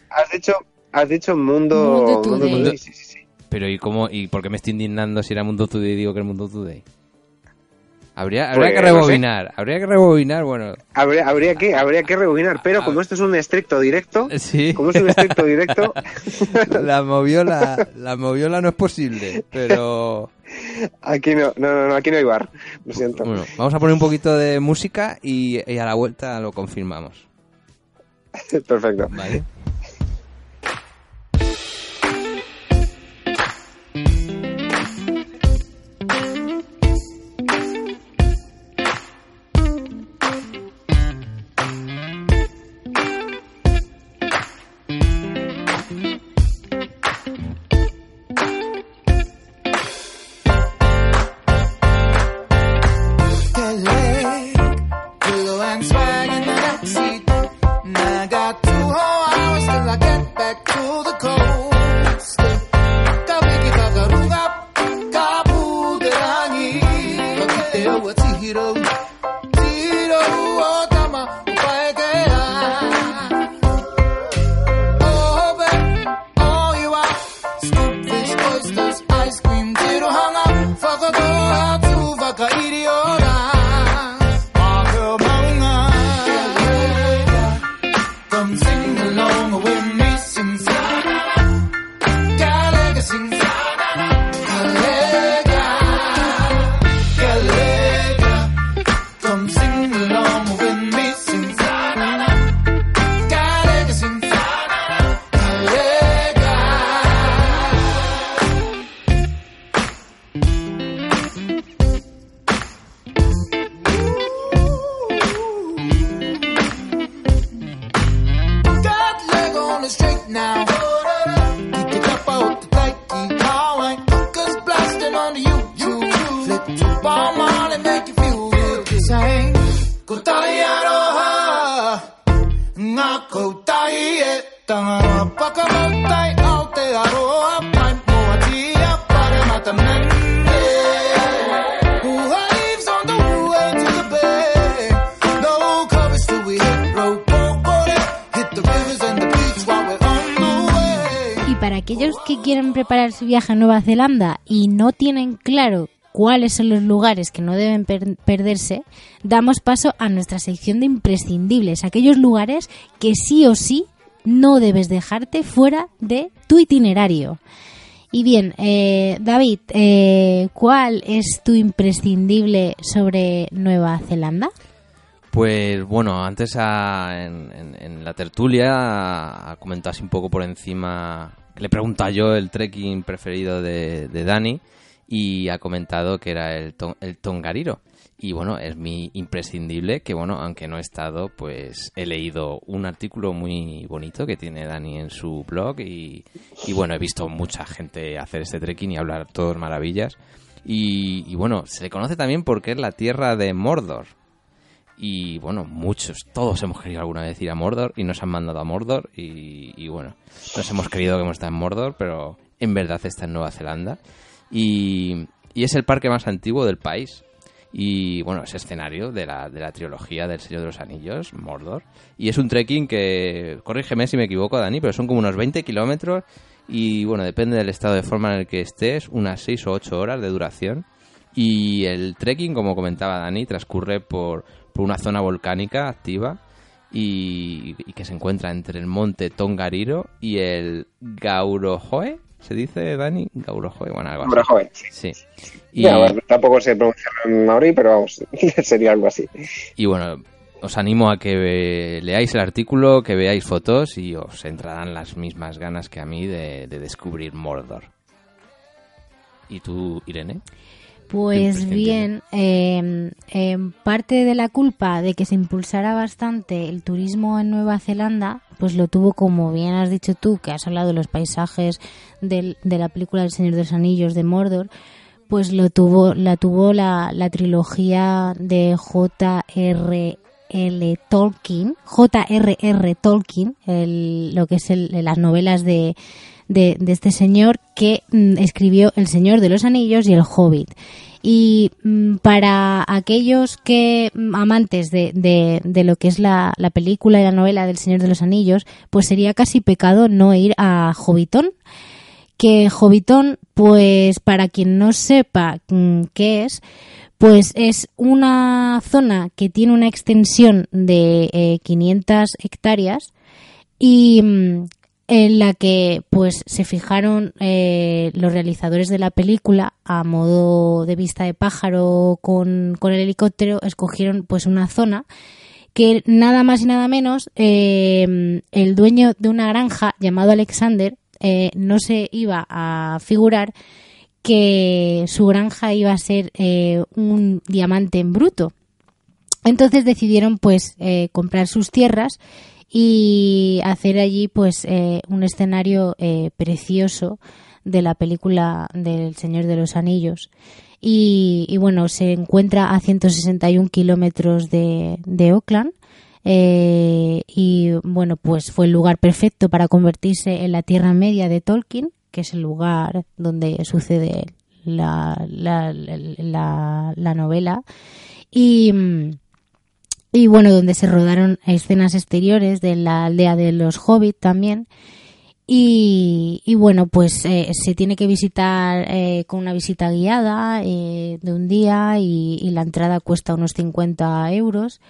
dicho mundo Today. Sí. Pero ¿y por qué me estoy indignando si era Mundo Today y digo que es Mundo Today? Habría Pues, que rebobinar, bueno. Habría que rebobinar, pero como esto es un estricto directo, Sí. como es un estricto directo, La moviola no es posible, pero aquí no hay bar, lo siento. bueno, vamos a poner un poquito de música y a la vuelta lo confirmamos. Perfecto. Vale. girl and swag in the backseat. And I got 2 whole hours till I get back to the coast. Kabiki kakaruga kabuderani. Bakiteo wa chihiro. Chihiro otama upaegea. Oh, babe, oh, you are. Scoop fish, oysters, ice cream, zero hung up. Fuck a girl, to vaka idiota. My girl, Maunga. Come sing along with me, sing sa-da-da. Galega, sing sa-da-da. Galega, galega. Come sing along with me, sing sa-da-da. Galega, sing sa-da-da. Galega. Got leg on the straight now. Keep it up out the tight, keep going. Cause blasting on the YouTube. Flip to bomb on and make you feel good. Say, go tahi aroha. Nga ko tahi e. Tanga paka matai out te aroha. Pai mo atia pare mata nende. Waves on the way to the bay. No covers till we hit road. Hit the rivers and the beach while we're on the way. Y para aquellos que quieren preparar su viaje a Nueva Zelanda y no tienen claro cuáles son los lugares que no deben perderse, damos paso a nuestra sección de imprescindibles, aquellos lugares que sí o sí no debes dejarte fuera de tu itinerario. Y bien, David, ¿cuál es tu imprescindible sobre Nueva Zelanda? Pues bueno, antes en la tertulia ha comentado así un poco por encima, le he preguntado yo el trekking preferido de Dani y ha comentado que era el Tongariro. Y bueno, es mi imprescindible, que bueno, aunque no he estado, pues he leído un artículo muy bonito que tiene Dani en su blog y bueno, he visto mucha gente hacer este trekking y hablar todos maravillas. Y bueno, se le conoce también porque es la tierra de Mordor. Y bueno, todos hemos querido alguna vez ir a Mordor y nos han mandado a Mordor y bueno, nos hemos creído que hemos estado en Mordor, pero en verdad está en Nueva Zelanda y es el parque más antiguo del país y bueno, es escenario de la trilogía del Señor de los Anillos, Mordor, y es un trekking que, corrígeme si me equivoco, Dani, pero son como unos 20 kilómetros y bueno, depende del estado de forma en el que estés, unas 6 o 8 horas de duración. Y el trekking, como comentaba Dani, transcurre por una zona volcánica activa y que se encuentra entre el monte Tongariro y el Gaurohoe. ¿Se dice, Dani? Gaurohoe, bueno, algo así. Gaurohoe. Sí. Y, ya, bueno, tampoco sé pronunciarlo en maorí, pero vamos, sería algo así. Y bueno, os animo a que leáis el artículo, que veáis fotos y os entrarán las mismas ganas que a mí de descubrir Mordor. ¿Y tú, Irene? Pues bien, parte de la culpa de que se impulsara bastante el turismo en Nueva Zelanda, pues lo tuvo, como bien has dicho tú, que has hablado de los paisajes de la película del Señor de los Anillos de Mordor, pues la tuvo la trilogía de J.R.R. Tolkien, lo que es las novelas de este señor que escribió El Señor de los Anillos y El Hobbit. Y para aquellos que amantes de lo que es la película y la novela del Señor de los Anillos, pues sería casi pecado no ir a Hobbiton. Que Hobbiton, pues para quien no sepa qué es, pues es una zona que tiene una extensión de 500 hectáreas y en la que pues se fijaron los realizadores de la película a modo de vista de pájaro con el helicóptero, escogieron pues una zona que nada más y nada menos el dueño de una granja llamado Alexander no se iba a figurar que su granja iba a ser un diamante en bruto. Entonces decidieron pues comprar sus tierras y hacer allí pues un escenario precioso de la película del Señor de los Anillos. y bueno, se encuentra a 161 kilómetros de Auckland. Y bueno, pues fue el lugar perfecto para convertirse en la Tierra Media de Tolkien, que es el lugar donde sucede la novela, y bueno, donde se rodaron escenas exteriores de la aldea de los Hobbit también. Y bueno, pues se tiene que visitar con una visita guiada de un día, y la entrada cuesta unos 50 euros.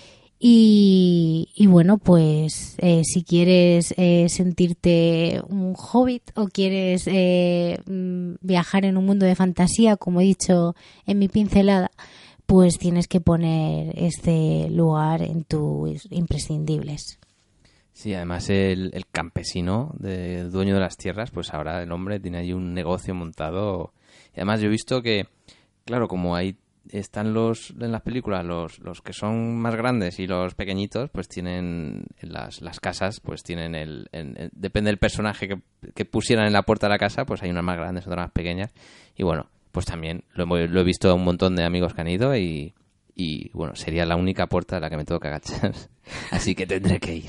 Y bueno, pues si quieres sentirte un hobbit o quieres viajar en un mundo de fantasía, como he dicho en mi pincelada, pues tienes que poner este lugar en tus imprescindibles. Sí, además el campesino, dueño de las tierras, pues ahora el hombre tiene ahí un negocio montado. Y además yo he visto que, claro, como hay están en las películas los que son más grandes y los pequeñitos, pues tienen las casas, pues tienen depende del personaje que pusieran en la puerta de la casa, pues hay unas más grandes, otras más pequeñas, y bueno, pues también lo he visto a un montón de amigos que han ido, y bueno, sería la única puerta a la que me tengo que agachar, así que tendré que ir.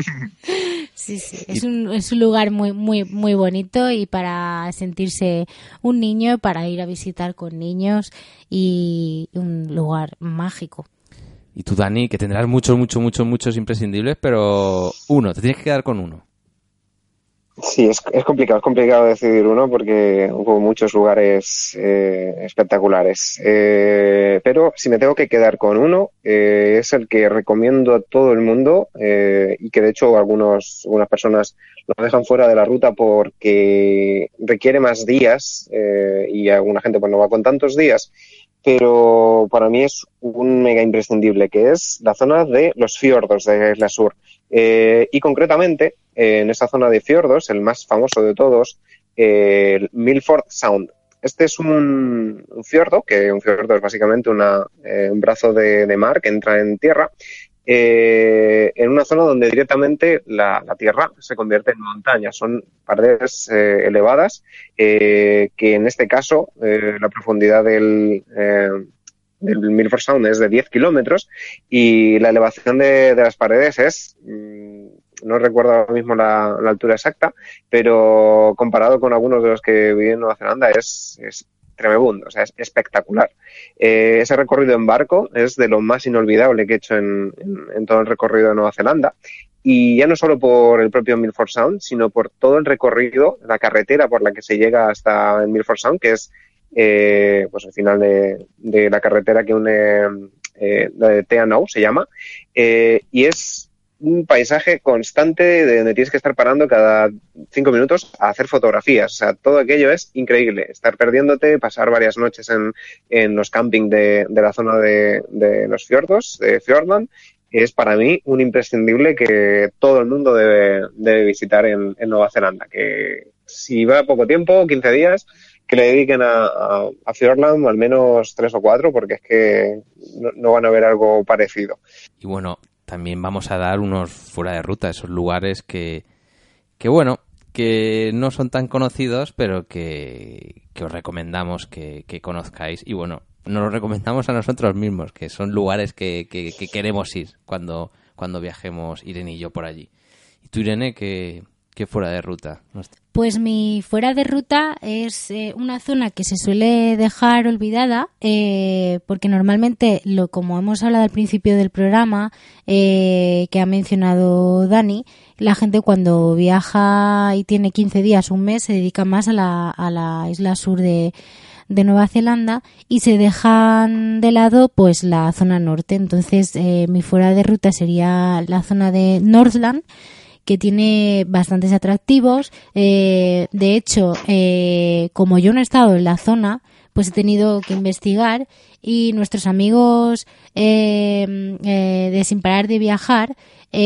Sí, es un lugar muy muy muy bonito, y para sentirse un niño, para ir a visitar con niños, y un lugar mágico. Y tú, Dani, que tendrás muchos imprescindibles, pero te tienes que quedar con uno. Sí, es complicado decidir uno porque hubo muchos lugares espectaculares. Pero si me tengo que quedar con uno, es el que recomiendo a todo el mundo, y que de hecho algunas personas lo dejan fuera de la ruta porque requiere más días, y alguna gente pues no va con tantos días, pero para mí es un mega imprescindible, que es la zona de los fiordos de Isla Sur. Y concretamente, en esta zona de fiordos, el más famoso de todos, el Milford Sound. Este es un fiordo, que un fiordo es básicamente un brazo de mar que entra en tierra, en una zona donde directamente la tierra se convierte en montaña. Son paredes elevadas, que en este caso la profundidad del Milford Sound es de 10 kilómetros, y la elevación de las paredes es, no recuerdo ahora mismo la altura exacta, pero comparado con algunos de los que viví en Nueva Zelanda es tremebundo, o sea, es espectacular. Ese recorrido en barco es de lo más inolvidable que he hecho en todo el recorrido de Nueva Zelanda, y ya no solo por el propio Milford Sound, sino por todo el recorrido, la carretera por la que se llega hasta el Milford Sound, que es pues al final de la carretera que une la de Te Anau, se llama, y es un paisaje constante de donde tienes que estar parando cada 5 minutos a hacer fotografías. O sea, todo aquello es increíble. Estar perdiéndote, pasar varias noches en los campings de la zona de los fiordos, de Fiordland, es para mí un imprescindible que todo el mundo debe visitar en Nueva Zelanda. Que si va poco tiempo, 15 días, que le dediquen a Fiordland al menos 3 o 4, porque es que no van a ver algo parecido. Y bueno, también vamos a dar unos fuera de ruta, esos lugares que bueno, que no son tan conocidos, pero que os recomendamos que conozcáis. Y bueno, nos lo recomendamos a nosotros mismos, que son lugares que queremos ir cuando viajemos Irene y yo por allí. Y tú, Irene, ¿qué fuera de ruta? Pues mi fuera de ruta es una zona que se suele dejar olvidada, porque normalmente, como hemos hablado al principio del programa, que ha mencionado Dani, la gente cuando viaja y tiene 15 días, un mes, se dedica más a la isla sur de Nueva Zelanda, y se dejan de lado pues la zona norte. Entonces mi fuera de ruta sería la zona de Northland, que tiene bastantes atractivos. De hecho, como yo no he estado en la zona, pues he tenido que investigar, y nuestros amigos de Sin Parar de Viajar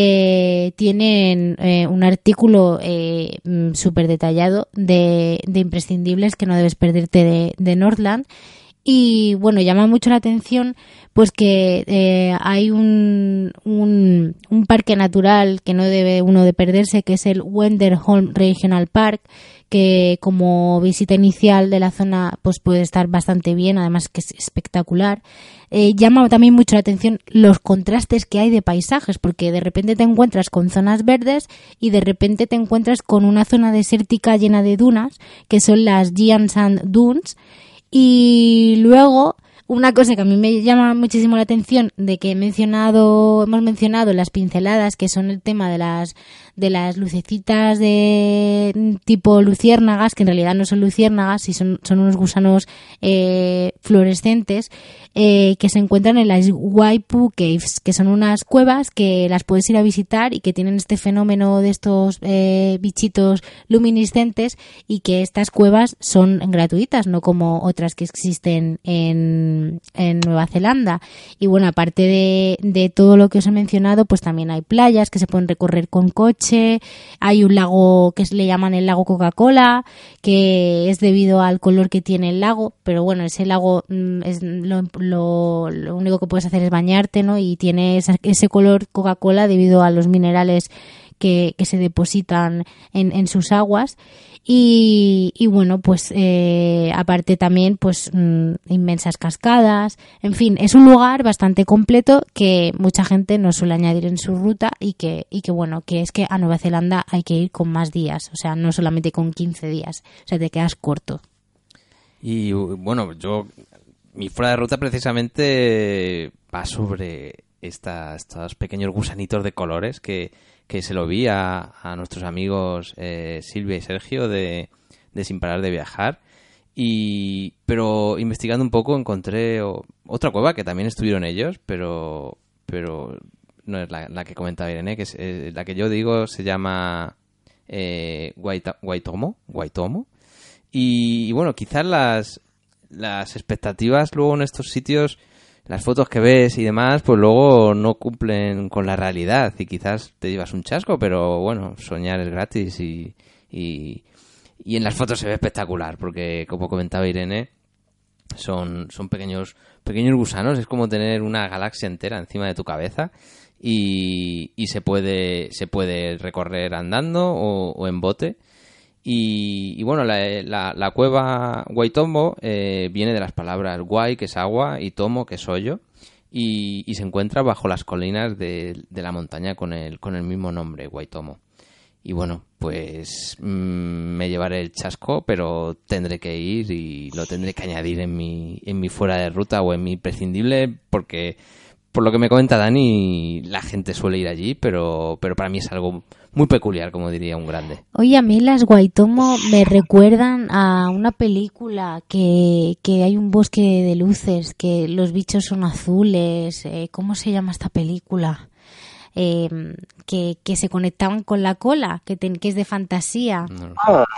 tienen un artículo súper detallado de imprescindibles que no debes perderte de Northland. Y bueno, llama mucho la atención pues que hay un parque natural que no debe uno de perderse, que es el Wenderholm Regional Park, que como visita inicial de la zona pues puede estar bastante bien, además que es espectacular. Llama también mucho la atención los contrastes que hay de paisajes, porque de repente te encuentras con zonas verdes y de repente te encuentras con una zona desértica llena de dunas, que son las Giant Sand Dunes. Y luego, una cosa que a mí me llama muchísimo la atención, de que hemos mencionado las pinceladas, que son el tema de las lucecitas de tipo luciérnagas, que en realidad no son luciérnagas, son unos gusanos fluorescentes, que se encuentran en las Waipu Caves, que son unas cuevas que las puedes ir a visitar y que tienen este fenómeno de estos bichitos luminiscentes, y que estas cuevas son gratuitas, no como otras que existen en Nueva Zelanda. Y bueno, aparte de todo lo que os he mencionado, pues también hay playas que se pueden recorrer con coche, hay un lago que le llaman el lago Coca-Cola, que es debido al color que tiene el lago, pero bueno, ese lago es lo único que puedes hacer es bañarte, ¿no? Y tiene ese color Coca-Cola debido a los minerales que se depositan en sus aguas. Y bueno, pues aparte también pues inmensas cascadas, en fin, es un lugar bastante completo que mucha gente no suele añadir en su ruta, y que bueno, que es que a Nueva Zelanda hay que ir con más días, o sea, no solamente con 15 días, o sea, te quedas corto. Y bueno, mi fuera de ruta precisamente va sobre estos pequeños gusanitos de colores que se lo vi a nuestros amigos Silvia y Sergio de Sin Parar de Viajar. Pero investigando un poco encontré otra cueva que también estuvieron ellos, pero no es la que comentaba Irene, que es la que yo digo se llama Waitomo. Y bueno, quizás las expectativas luego en estos sitios, las fotos que ves y demás, pues luego no cumplen con la realidad y quizás te llevas un chasco, pero bueno, soñar es gratis y en las fotos se ve espectacular, porque como comentaba Irene, son pequeños gusanos, es como tener una galaxia entera encima de tu cabeza, y se puede recorrer andando o en bote. Y bueno, la cueva Waitomo viene de las palabras Wai, que es agua, y Tomo, que es hoyo, y se encuentra bajo las colinas de la montaña con el mismo nombre, Waitomo. Y bueno, pues me llevaré el chasco, pero tendré que ir y lo tendré que añadir en mi fuera de ruta o en mi imprescindible, porque por lo que me comenta Dani, la gente suele ir allí, pero para mí es algo muy peculiar, como diría un grande. Oye, a mí las Waitomo me recuerdan a una película que hay un bosque de luces, que los bichos son azules. ¿Cómo se llama esta película? Que se conectaban con la cola, que es de fantasía. No.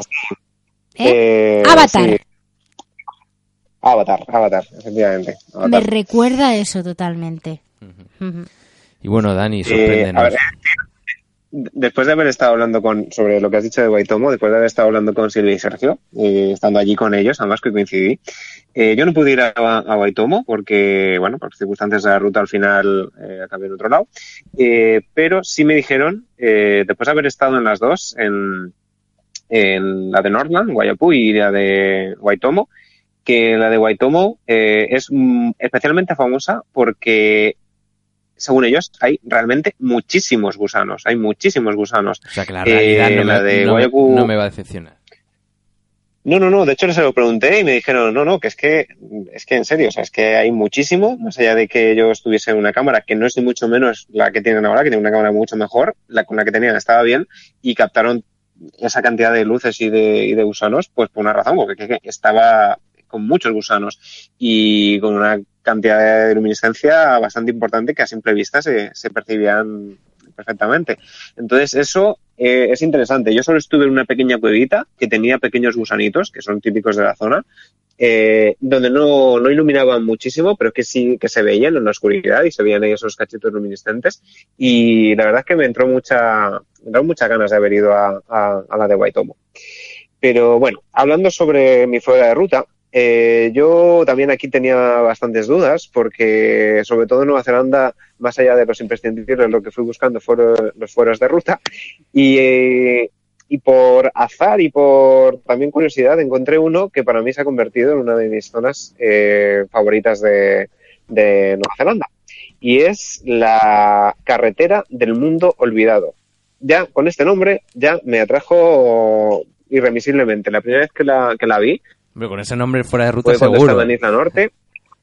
Avatar. Sí. Avatar, efectivamente. Avatar. Me recuerda a eso totalmente. Uh-huh. Y bueno, Dani, sorpréndenos. A ver, después de haber estado hablando sobre lo que has dicho de Waitomo, después de haber estado hablando con Silvia y Sergio, estando allí con ellos, además que coincidí, yo no pude ir a Waitomo porque, bueno, por circunstancias de la ruta al final acabé en otro lado, pero sí me dijeron, después de haber estado en las dos, en la de Northland, Waiapu, y la de Waitomo, que la de Waitomo es especialmente famosa porque, según ellos, hay realmente muchísimos gusanos. O sea, que la realidad no me va a decepcionar. No. De hecho, se lo pregunté y me dijeron, no, que es que en serio, o sea, es que hay muchísimo, más allá de que yo estuviese en una cámara que no es ni mucho menos la que tienen ahora, que tiene una cámara mucho mejor, con la que tenían estaba bien, y captaron esa cantidad de luces y de gusanos, pues por una razón, porque estaba con muchos gusanos y con una cantidad de luminiscencia bastante importante que a simple vista se percibían perfectamente. Entonces eso es interesante. Yo solo estuve en una pequeña cuevita que tenía pequeños gusanitos que son típicos de la zona, donde no iluminaban muchísimo, pero que sí que se veían en la oscuridad y se veían ahí esos cachitos luminiscentes, y la verdad es que me entró muchas ganas de haber ido a la de Waitomo. Pero bueno, hablando sobre mi fuera de ruta, Yo también aquí tenía bastantes dudas porque, sobre todo en Nueva Zelanda, más allá de los imprescindibles, lo que fui buscando fueron los fueros de ruta y por azar y por también curiosidad encontré uno que para mí se ha convertido en una de mis zonas favoritas de Nueva Zelanda, y es la carretera del mundo olvidado. Ya con este nombre ya me atrajo irremisiblemente. La primera vez que la vi, Pero con ese nombre fuera de ruta fue cuando seguro. estaba en Isla Norte.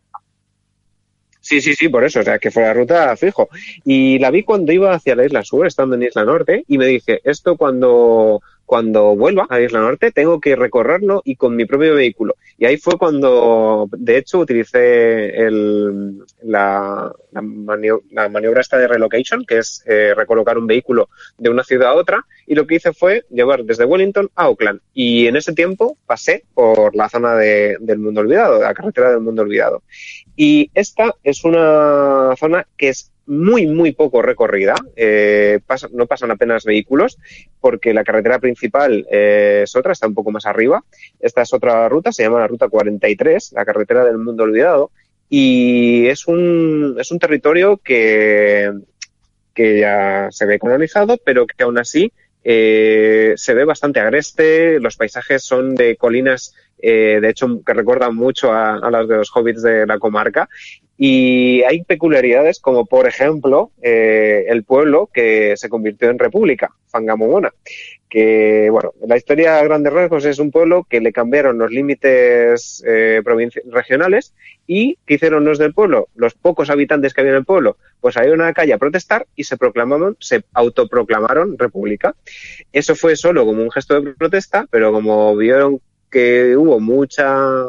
Sí, por eso, o sea, que fuera de ruta fijo. Y la vi cuando iba hacia la Isla Sur, estando en Isla Norte, y me dije, esto cuando vuelva a Isla Norte tengo que recorrerlo y con mi propio vehículo. Y ahí fue cuando, de hecho, utilicé la maniobra esta de relocation, que es recolocar un vehículo de una ciudad a otra, y lo que hice fue llevar desde Wellington a Auckland. Y en ese tiempo pasé por la zona del mundo olvidado, la carretera del mundo olvidado. Y esta es una zona que es muy, muy poco recorrida. No pasan apenas vehículos porque la carretera principal es otra, está un poco más arriba. Esta es otra ruta, se llama la Ruta 43, la carretera del mundo olvidado. Y es un territorio que ya se ve colonizado, pero que aún así se ve bastante agreste. Los paisajes son de colinas, de hecho, que recuerdan mucho a las de los hobbits de la comarca. Y hay peculiaridades como, por ejemplo, el pueblo que se convirtió en república, Whangamomona, que, bueno, la historia a grandes rasgos es un pueblo que le cambiaron los límites regionales. ¿Y qué hicieron los del pueblo? Los pocos habitantes que había en el pueblo, pues salieron a la calle a protestar y se autoproclamaron república. Eso fue solo como un gesto de protesta, pero como vieron que hubo mucha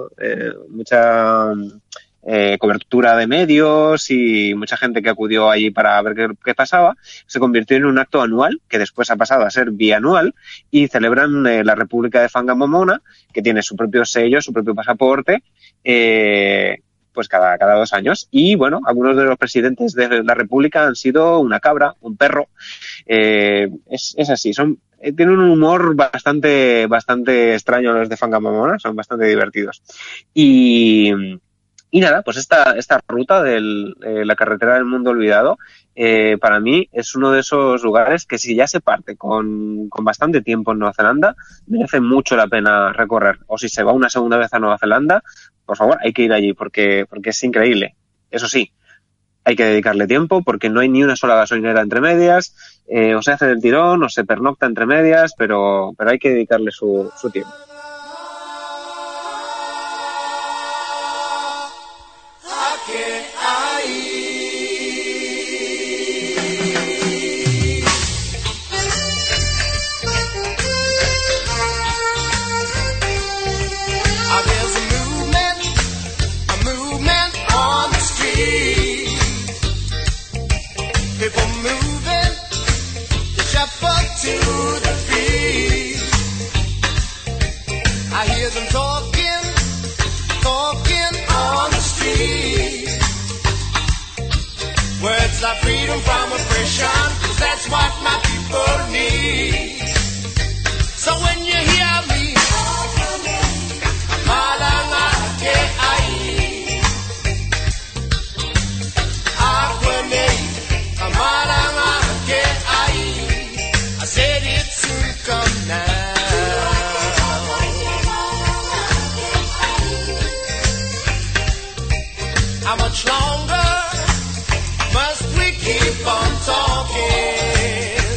cobertura de medios y mucha gente que acudió allí para ver qué pasaba, se convirtió en un acto anual que después ha pasado a ser bianual y celebran la República de Whangamomona, que tiene su propio sello, su propio pasaporte, pues cada 2 años. Y bueno, algunos de los presidentes de la República han sido una cabra, un perro. Es así, tienen un humor bastante extraño los de Whangamomona, son bastante divertidos. Y nada, pues esta ruta de la carretera del mundo olvidado, para mí es uno de esos lugares que si ya se parte con bastante tiempo en Nueva Zelanda, merece mucho la pena recorrer. O si se va una segunda vez a Nueva Zelanda, por favor, hay que ir allí porque es increíble. Eso sí, hay que dedicarle tiempo porque no hay ni una sola gasolinera entre medias, o se hace del tirón o se pernocta entre medias, pero hay que dedicarle su tiempo. Like freedom from oppression, 'cause that's what my people need. So when you hear me, malanga ke ai, akwene, malanga ke ai, I said it soon come now. How much longer must we keep on talking?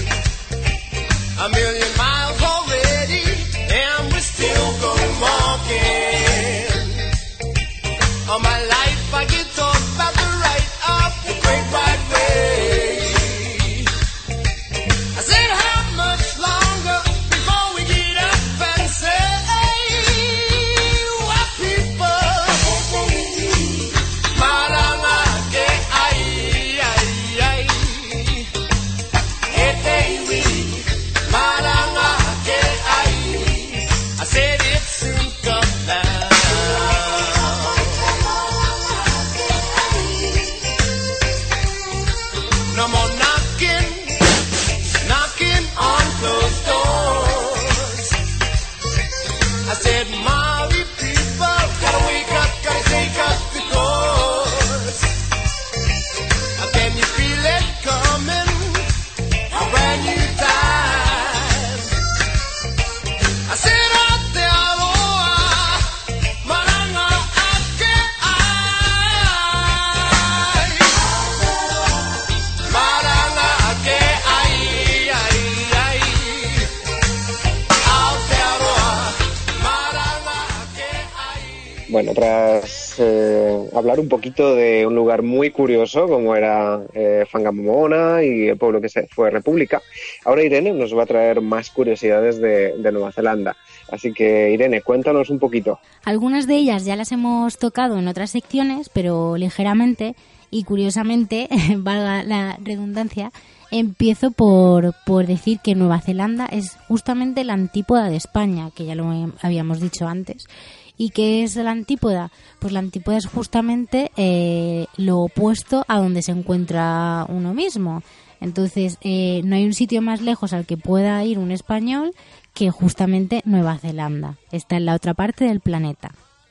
Bueno, tras hablar un poquito de un lugar muy curioso como era Whangamomona y el pueblo que fue República, ahora Irene nos va a traer más curiosidades de Nueva Zelanda. Así que Irene, cuéntanos un poquito. Algunas de ellas ya las hemos tocado en otras secciones, pero ligeramente y curiosamente, valga la redundancia, empiezo por decir que Nueva Zelanda es justamente la antípoda de España, que ya lo habíamos dicho antes. ¿Y qué es la antípoda? Pues la antípoda es justamente lo opuesto a donde se encuentra uno mismo. Entonces, no hay un sitio más lejos al que pueda ir un español que justamente Nueva Zelanda. Está en la otra parte del planeta.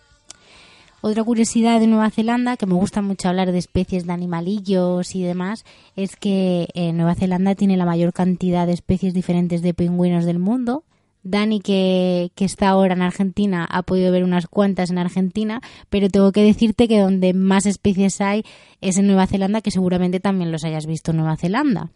Otra curiosidad de Nueva Zelanda, que me gusta mucho hablar de especies de animalillos y demás, es que Nueva Zelanda tiene la mayor cantidad de especies diferentes de pingüinos del mundo. Dani, que está ahora en Argentina, ha podido ver unas cuantas en Argentina, pero tengo que decirte que donde más especies hay es en Nueva Zelanda, que seguramente también los hayas visto en Nueva Zelanda.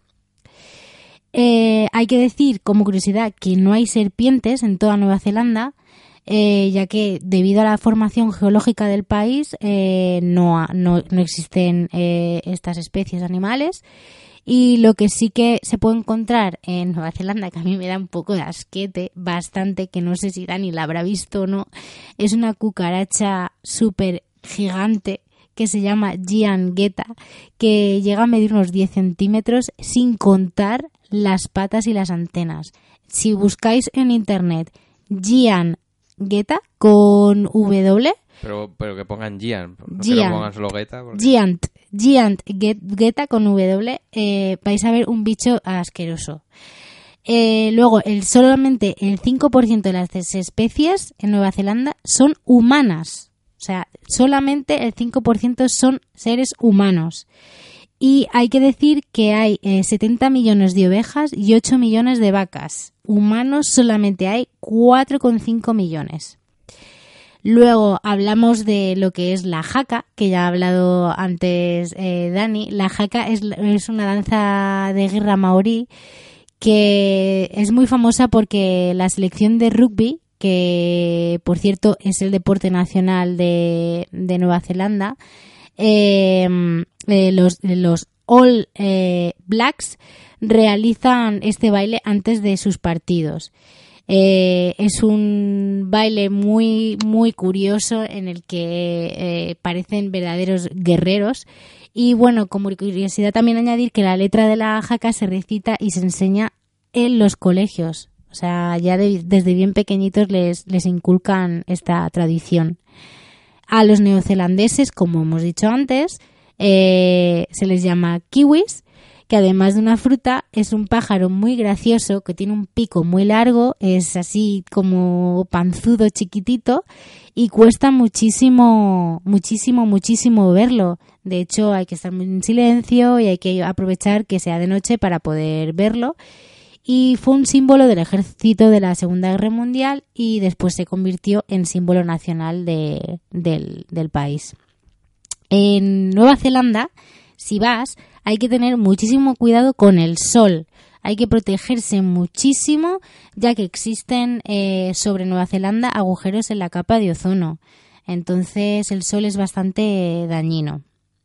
Hay que decir, como curiosidad, que no hay serpientes en toda Nueva Zelanda, ya que debido a la formación geológica del país no existen estas especies animales. Y lo que sí que se puede encontrar en Nueva Zelanda, que a mí me da un poco de asquete, bastante, que no sé si Dani la habrá visto o no, es una cucaracha súper gigante que se llama Giant Geta, que llega a medir unos 10 centímetros sin contar las patas y las antenas. Si buscáis en internet Giant Geta con W... Pero que pongan Giant, no Giant, que no pongan solo Geta. Porque... Giant Geta con W, vais a ver un bicho asqueroso. Luego, solamente el 5% de las especies en Nueva Zelanda son humanas. O sea, solamente el 5% son seres humanos. Y hay que decir que hay 70 millones de ovejas y 8 millones de vacas. Humanos solamente hay 4,5 millones. Luego hablamos de lo que es la haka, que ya ha hablado antes Dani. La haka es una danza de guerra maorí que es muy famosa porque la selección de rugby, que por cierto es el deporte nacional de Nueva Zelanda, los All Blacks realizan este baile antes de sus partidos. Es un baile muy muy curioso en el que parecen verdaderos guerreros. Y bueno, como curiosidad también añadir que la letra de la haka se recita y se enseña en los colegios. O sea, ya desde bien pequeñitos les inculcan esta tradición. A los neozelandeses, como hemos dicho antes, se les llama kiwis, que además de una fruta es un pájaro muy gracioso que tiene un pico muy largo, es así como panzudo chiquitito y cuesta muchísimo verlo. De hecho, hay que estar muy en silencio y hay que aprovechar que sea de noche para poder verlo. Y fue un símbolo del ejército de la Segunda Guerra Mundial y después se convirtió en símbolo nacional del país. En Nueva Zelanda, si vas, hay que tener muchísimo cuidado con el sol. Hay que protegerse muchísimo, ya que existen sobre Nueva Zelanda agujeros en la capa de ozono. Entonces el sol es bastante dañino.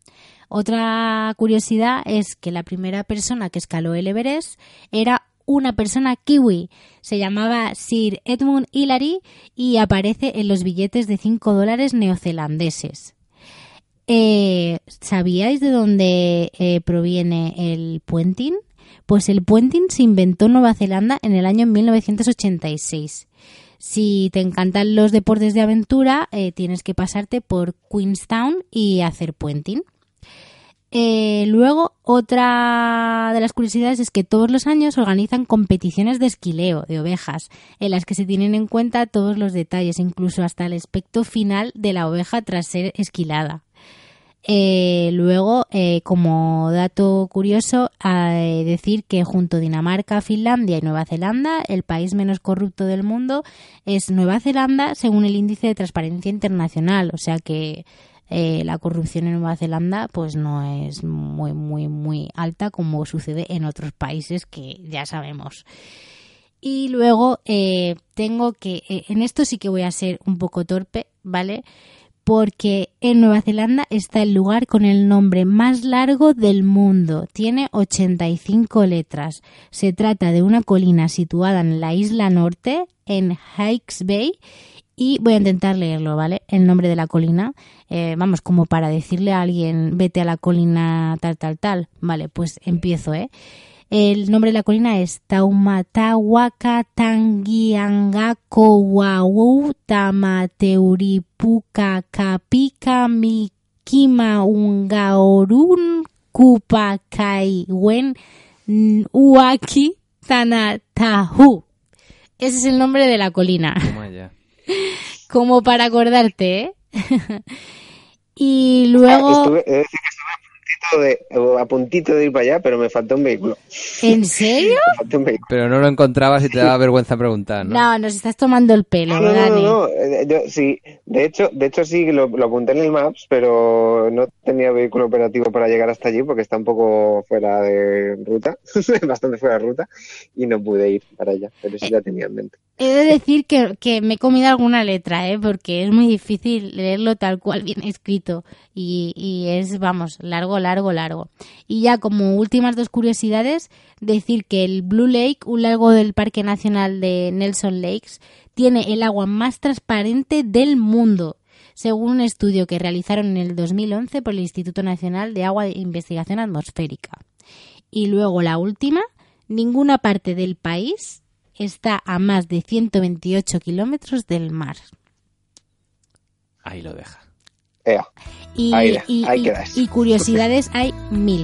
Otra curiosidad es que la primera persona que escaló el Everest era una persona kiwi. Se llamaba Sir Edmund Hillary y aparece en los billetes de $5 neozelandeses. ¿Sabíais de dónde proviene el puenting? Pues el puenting se inventó en Nueva Zelanda en el año 1986. Si te encantan los deportes de aventura, tienes que pasarte por Queenstown y hacer puenting. Luego, otra de las curiosidades es que todos los años organizan competiciones de esquileo de ovejas, en las que se tienen en cuenta todos los detalles, incluso hasta el aspecto final de la oveja tras ser esquilada. Luego, como dato curioso, decir que junto a Dinamarca, Finlandia y Nueva Zelanda, el país menos corrupto del mundo es Nueva Zelanda según el índice de transparencia internacional. O sea que la corrupción en Nueva Zelanda pues no es muy muy muy alta como sucede en otros países que ya sabemos. Y luego tengo que en esto sí que voy a ser un poco torpe, ¿vale? porque en Nueva Zelanda está el lugar con el nombre más largo del mundo. Tiene 85 letras. Se trata de una colina situada en la isla norte, en Hawke's Bay. Y voy a intentar leerlo, ¿vale? El nombre de la colina. Vamos, como para decirle a alguien, vete a la colina tal, tal, tal. Vale, pues empiezo, ¿eh? El nombre de la colina es Taumatawaka Tangianga Kowau Tamateuripuka Kapika Mikima Ungaorun Kupakai Wen Uaki Tanatahu. Ese es el nombre de la colina. Toma ya. Como para acordarte, ¿eh? Y luego... Estuve a puntito de ir para allá, pero me faltó un vehículo. ¿En serio? Me faltó un vehículo. Pero no lo encontrabas y te daba vergüenza preguntar, ¿no? No, nos estás tomando el pelo, Dani. No. Yo, sí, de hecho sí lo apunté en el Maps, pero no tenía vehículo operativo para llegar hasta allí porque está un poco fuera de ruta, bastante fuera de ruta, y no pude ir para allá, pero sí la tenía en mente. He de decir que me he comido alguna letra, porque es muy difícil leerlo tal cual viene escrito y es, vamos, largo. Y ya como últimas dos curiosidades, decir que el Blue Lake, un lago del Parque Nacional de Nelson Lakes, tiene el agua más transparente del mundo, según un estudio que realizaron en el 2011 por el Instituto Nacional de Agua e Investigación Atmosférica. Y luego la última, ninguna parte del país está a más de 128 kilómetros del mar. Ahí lo deja. Y curiosidades hay 1000.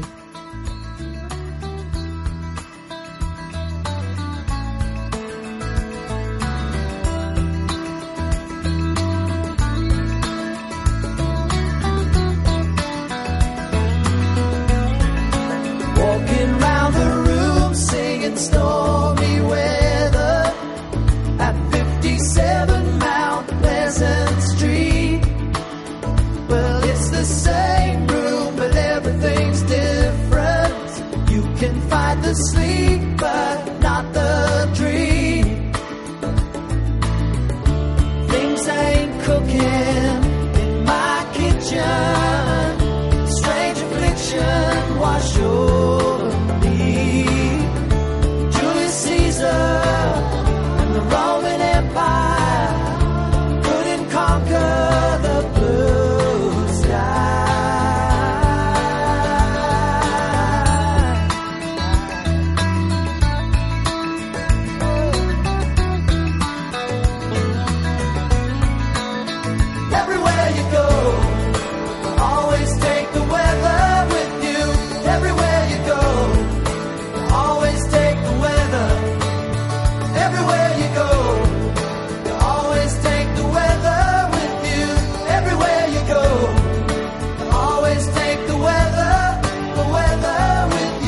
Walking round the room singing stormy weather at 57 Mount Pleasant Street. Well, it's the same room, but everything's different. You can fight the sleep, but not the dream. Things ain't cooking in my kitchen. Strange affliction wash over me. Julius Caesar and the Roman Empire couldn't conquer the blue sky. Everywhere you go, always take the weather with you. Everywhere you go, always take the weather. Everywhere you go, always take the weather with you. Everywhere you go, always take the weather with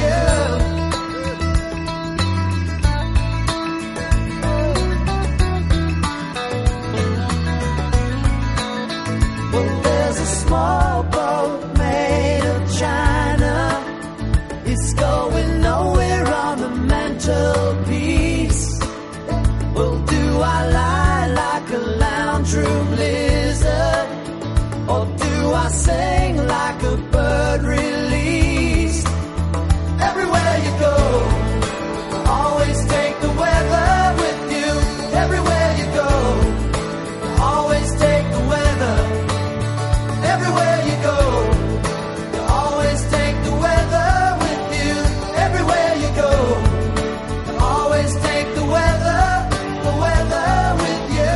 you. Well, there's a small boat made of China. It's going nowhere on the mantelpiece. Well, do I lie like a lounge room lizard? Or do I sing like a bird released? Everywhere you go, always take the weather with you. Everywhere you go, always take the weather. Everywhere you go, always take the weather with you. Everywhere you go, always take the weather with you.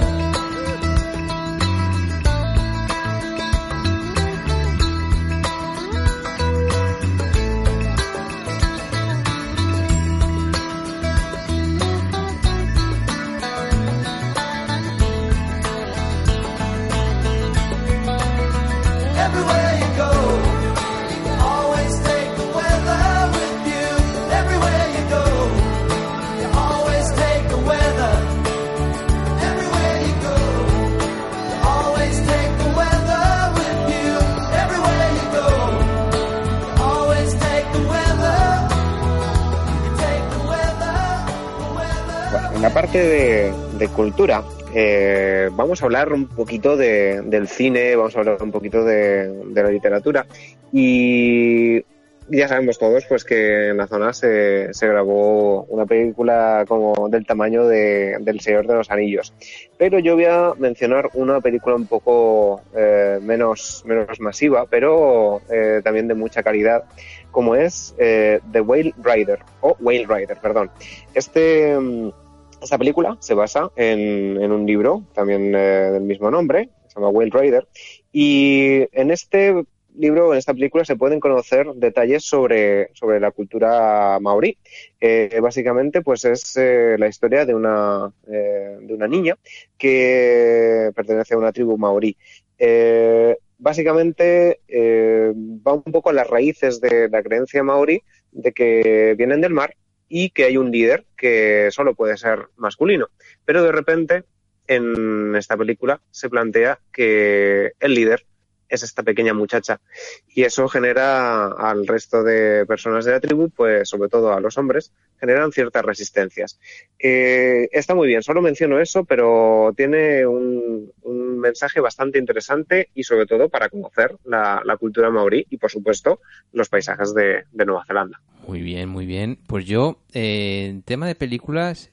Everywhere you go, always take the weather with you. Everywhere you go, always take the weather. Everywhere you go, always take the weather with you. Everywhere you go, always take the weather. Take the weather. Bueno, en la parte de cultura, vamos a hablar un poquito del cine, vamos a hablar un poquito de la literatura, y ya sabemos todos pues que en la zona se grabó una película como del tamaño del Señor de los Anillos, pero yo voy a mencionar una película un poco menos masiva, pero también de mucha calidad, como es The Whale Rider, o Whale Rider, perdón. Esta película se basa en un libro también del mismo nombre, se llama Whale Rider, y en este libro, en esta película, se pueden conocer detalles sobre la cultura maorí. Básicamente, pues es la historia de una niña que pertenece a una tribu maorí. Básicamente va un poco a las raíces de la creencia maorí de que vienen del mar y que hay un líder que solo puede ser masculino. Pero de repente, en esta película, se plantea que el líder es esta pequeña muchacha, y eso genera al resto de personas de la tribu, pues sobre todo a los hombres, generan ciertas resistencias. Está muy bien, solo menciono eso, pero tiene un mensaje bastante interesante, y sobre todo para conocer la cultura maorí y, por supuesto, los paisajes de Nueva Zelanda. Muy bien, muy bien. Pues yo, en tema de películas,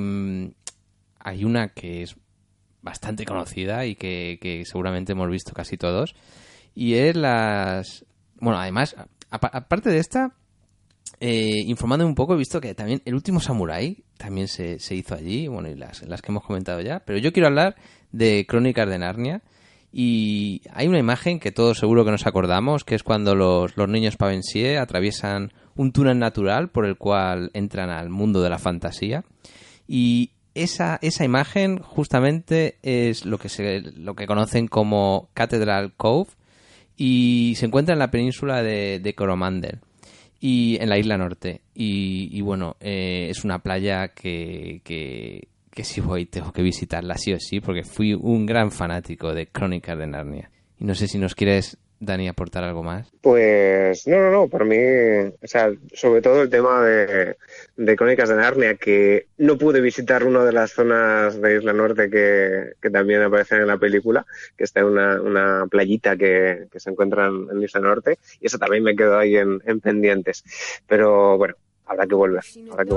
hay una que es bastante conocida y que seguramente hemos visto casi todos, y es bueno, además, aparte de esta, informándome un poco, he visto que también El Último Samurái también se hizo allí, bueno, y las que hemos comentado ya, pero yo quiero hablar de Crónicas de Narnia, y hay una imagen que todos seguro que nos acordamos, que es cuando los niños Pevensie atraviesan un túnel natural por el cual entran al mundo de la fantasía, y esa imagen justamente es lo que conocen como Cathedral Cove, y se encuentra en la península de Coromandel y en la isla norte, y bueno, es una playa que si voy tengo que visitarla sí o sí, porque fui un gran fanático de Crónicas de Narnia. Y no sé si nos quieres, Dani, aportar algo más. Pues no, por mí, o sea, sobre todo el tema de Crónicas de Narnia, que no pude visitar una de las zonas de Isla Norte que también aparecen en la película, que está en una playita que se encuentra en Isla Norte, y eso también me quedó ahí en pendientes. Pero bueno, habrá que volver.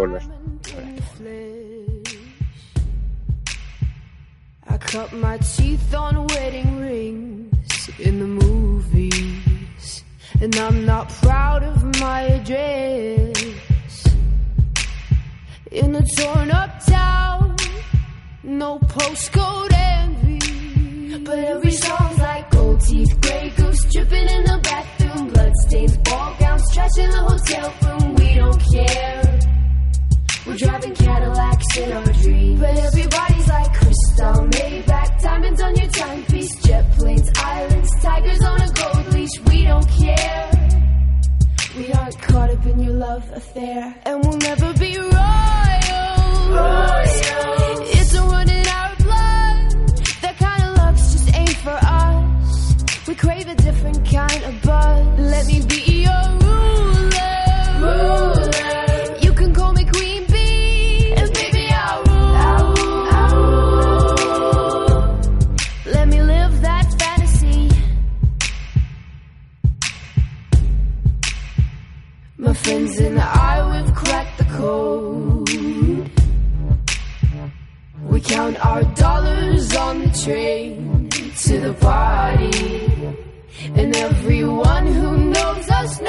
I cut my teeth on wedding rings in the movies, and I'm not proud of my address. In a torn up town, no postcode envy, but every song's like gold teeth, grey goose dripping in the bathroom, bloodstains, ball gowns, trash in the hotel room. We don't care. We're driving Cadillacs in our dreams, but everybody's like crystal, Maybach, diamonds on your timepiece, jet planes, islands, tigers on a gold leash. We don't care. We aren't caught up in your love affair, and we'll never be royals. It's a run in our blood. That kind of luck's just ain't for us. We crave a different kind of buzz. Let me be your ruler. You can call me queen. My friends and I, we've cracked the code. We count our dollars on the train to the party, and everyone who knows us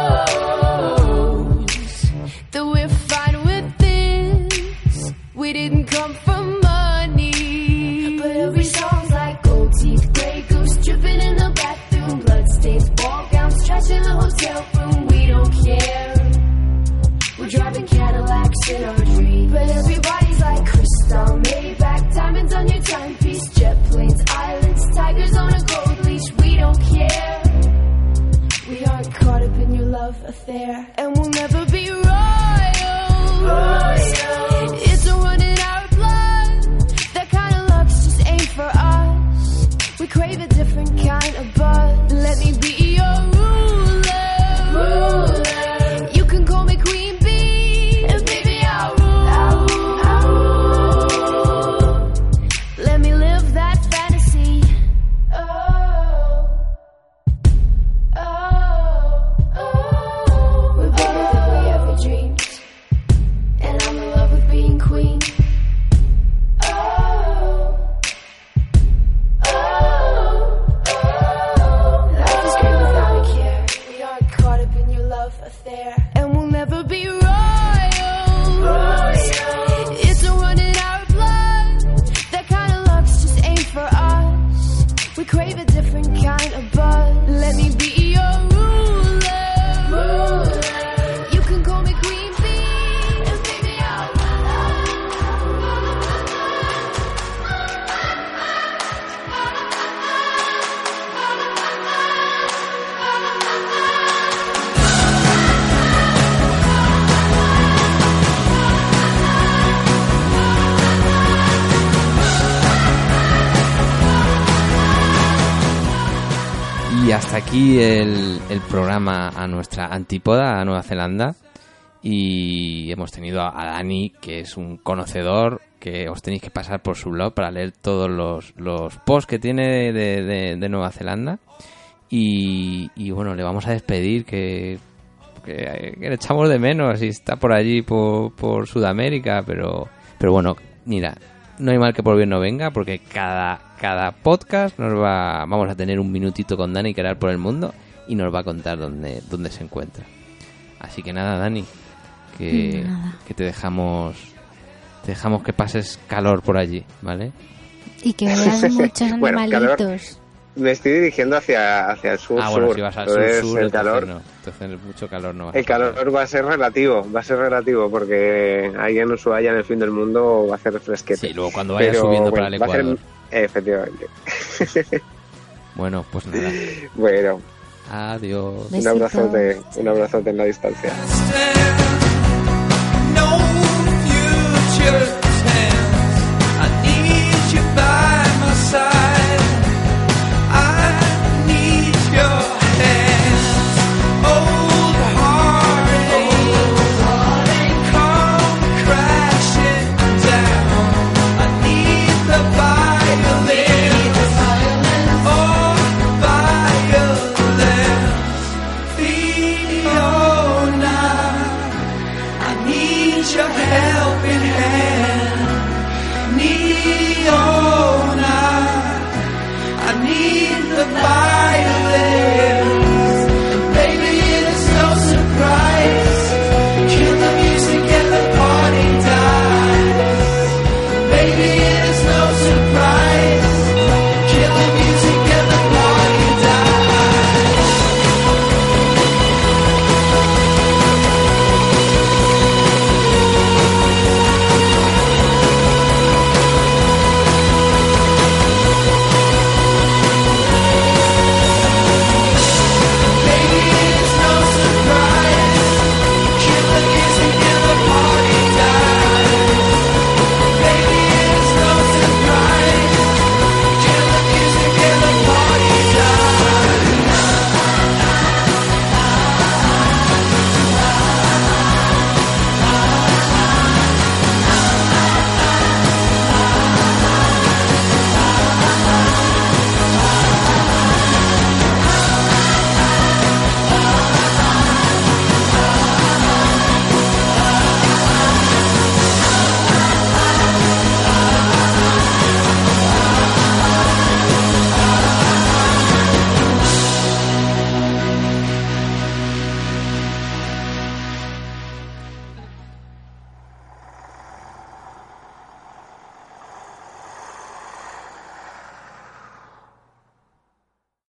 knows that we're fine with this. We didn't come for money, but every song's like gold teeth, grey goose dripping in the bathroom, bloodstains, ball gowns, trash in the hotel room. We don't care. We're driving Cadillacs in our dreams, but everybody's like crystal, Maybach, diamonds on your timepiece, jet planes, islands, tigers on a gold leash. We don't care. We aren't caught up in your love affair, and we'll never be royals. It's a run in our blood. That kind of luck's just ain't for us. We crave a different kind of buzz. Let me be your ruler. You can call me queen bee, and baby I'll rule. Let Y hasta aquí el programa a nuestra antípoda, a Nueva Zelanda. Y hemos tenido a Dani, que es un conocedor, que os tenéis que pasar por su blog para leer todos los posts que tiene de Nueva Zelanda. Y bueno, le vamos a despedir, que le echamos de menos y está por allí, por Sudamérica. Pero bueno, mira, no hay mal que por bien no venga, porque cada podcast vamos a tener un minutito con Dani que hará por el mundo y nos va a contar dónde se encuentra. Así que nada, Dani, que te dejamos que pases calor por allí, ¿vale? Y que veas muchos Bueno, animalitos. calor. Me estoy dirigiendo hacia el sur. Bueno, si vas al sur, el calor. Entonces mucho calor no va a El calor va a ser relativo, porque ahí en Ushuaia, en el fin del mundo, va a ser fresquete. Sí, luego cuando vayas subiendo para el Ecuador. Efectivamente. Bueno, pues nada. Bueno. Adiós. Besitos. Un abrazote en la distancia. No future tense. I need you by my side. I need your hands. Old heartache come crashing down. I need the violin. Oh, violin. Fiona, I need your helping hand. Neona, I need the violin.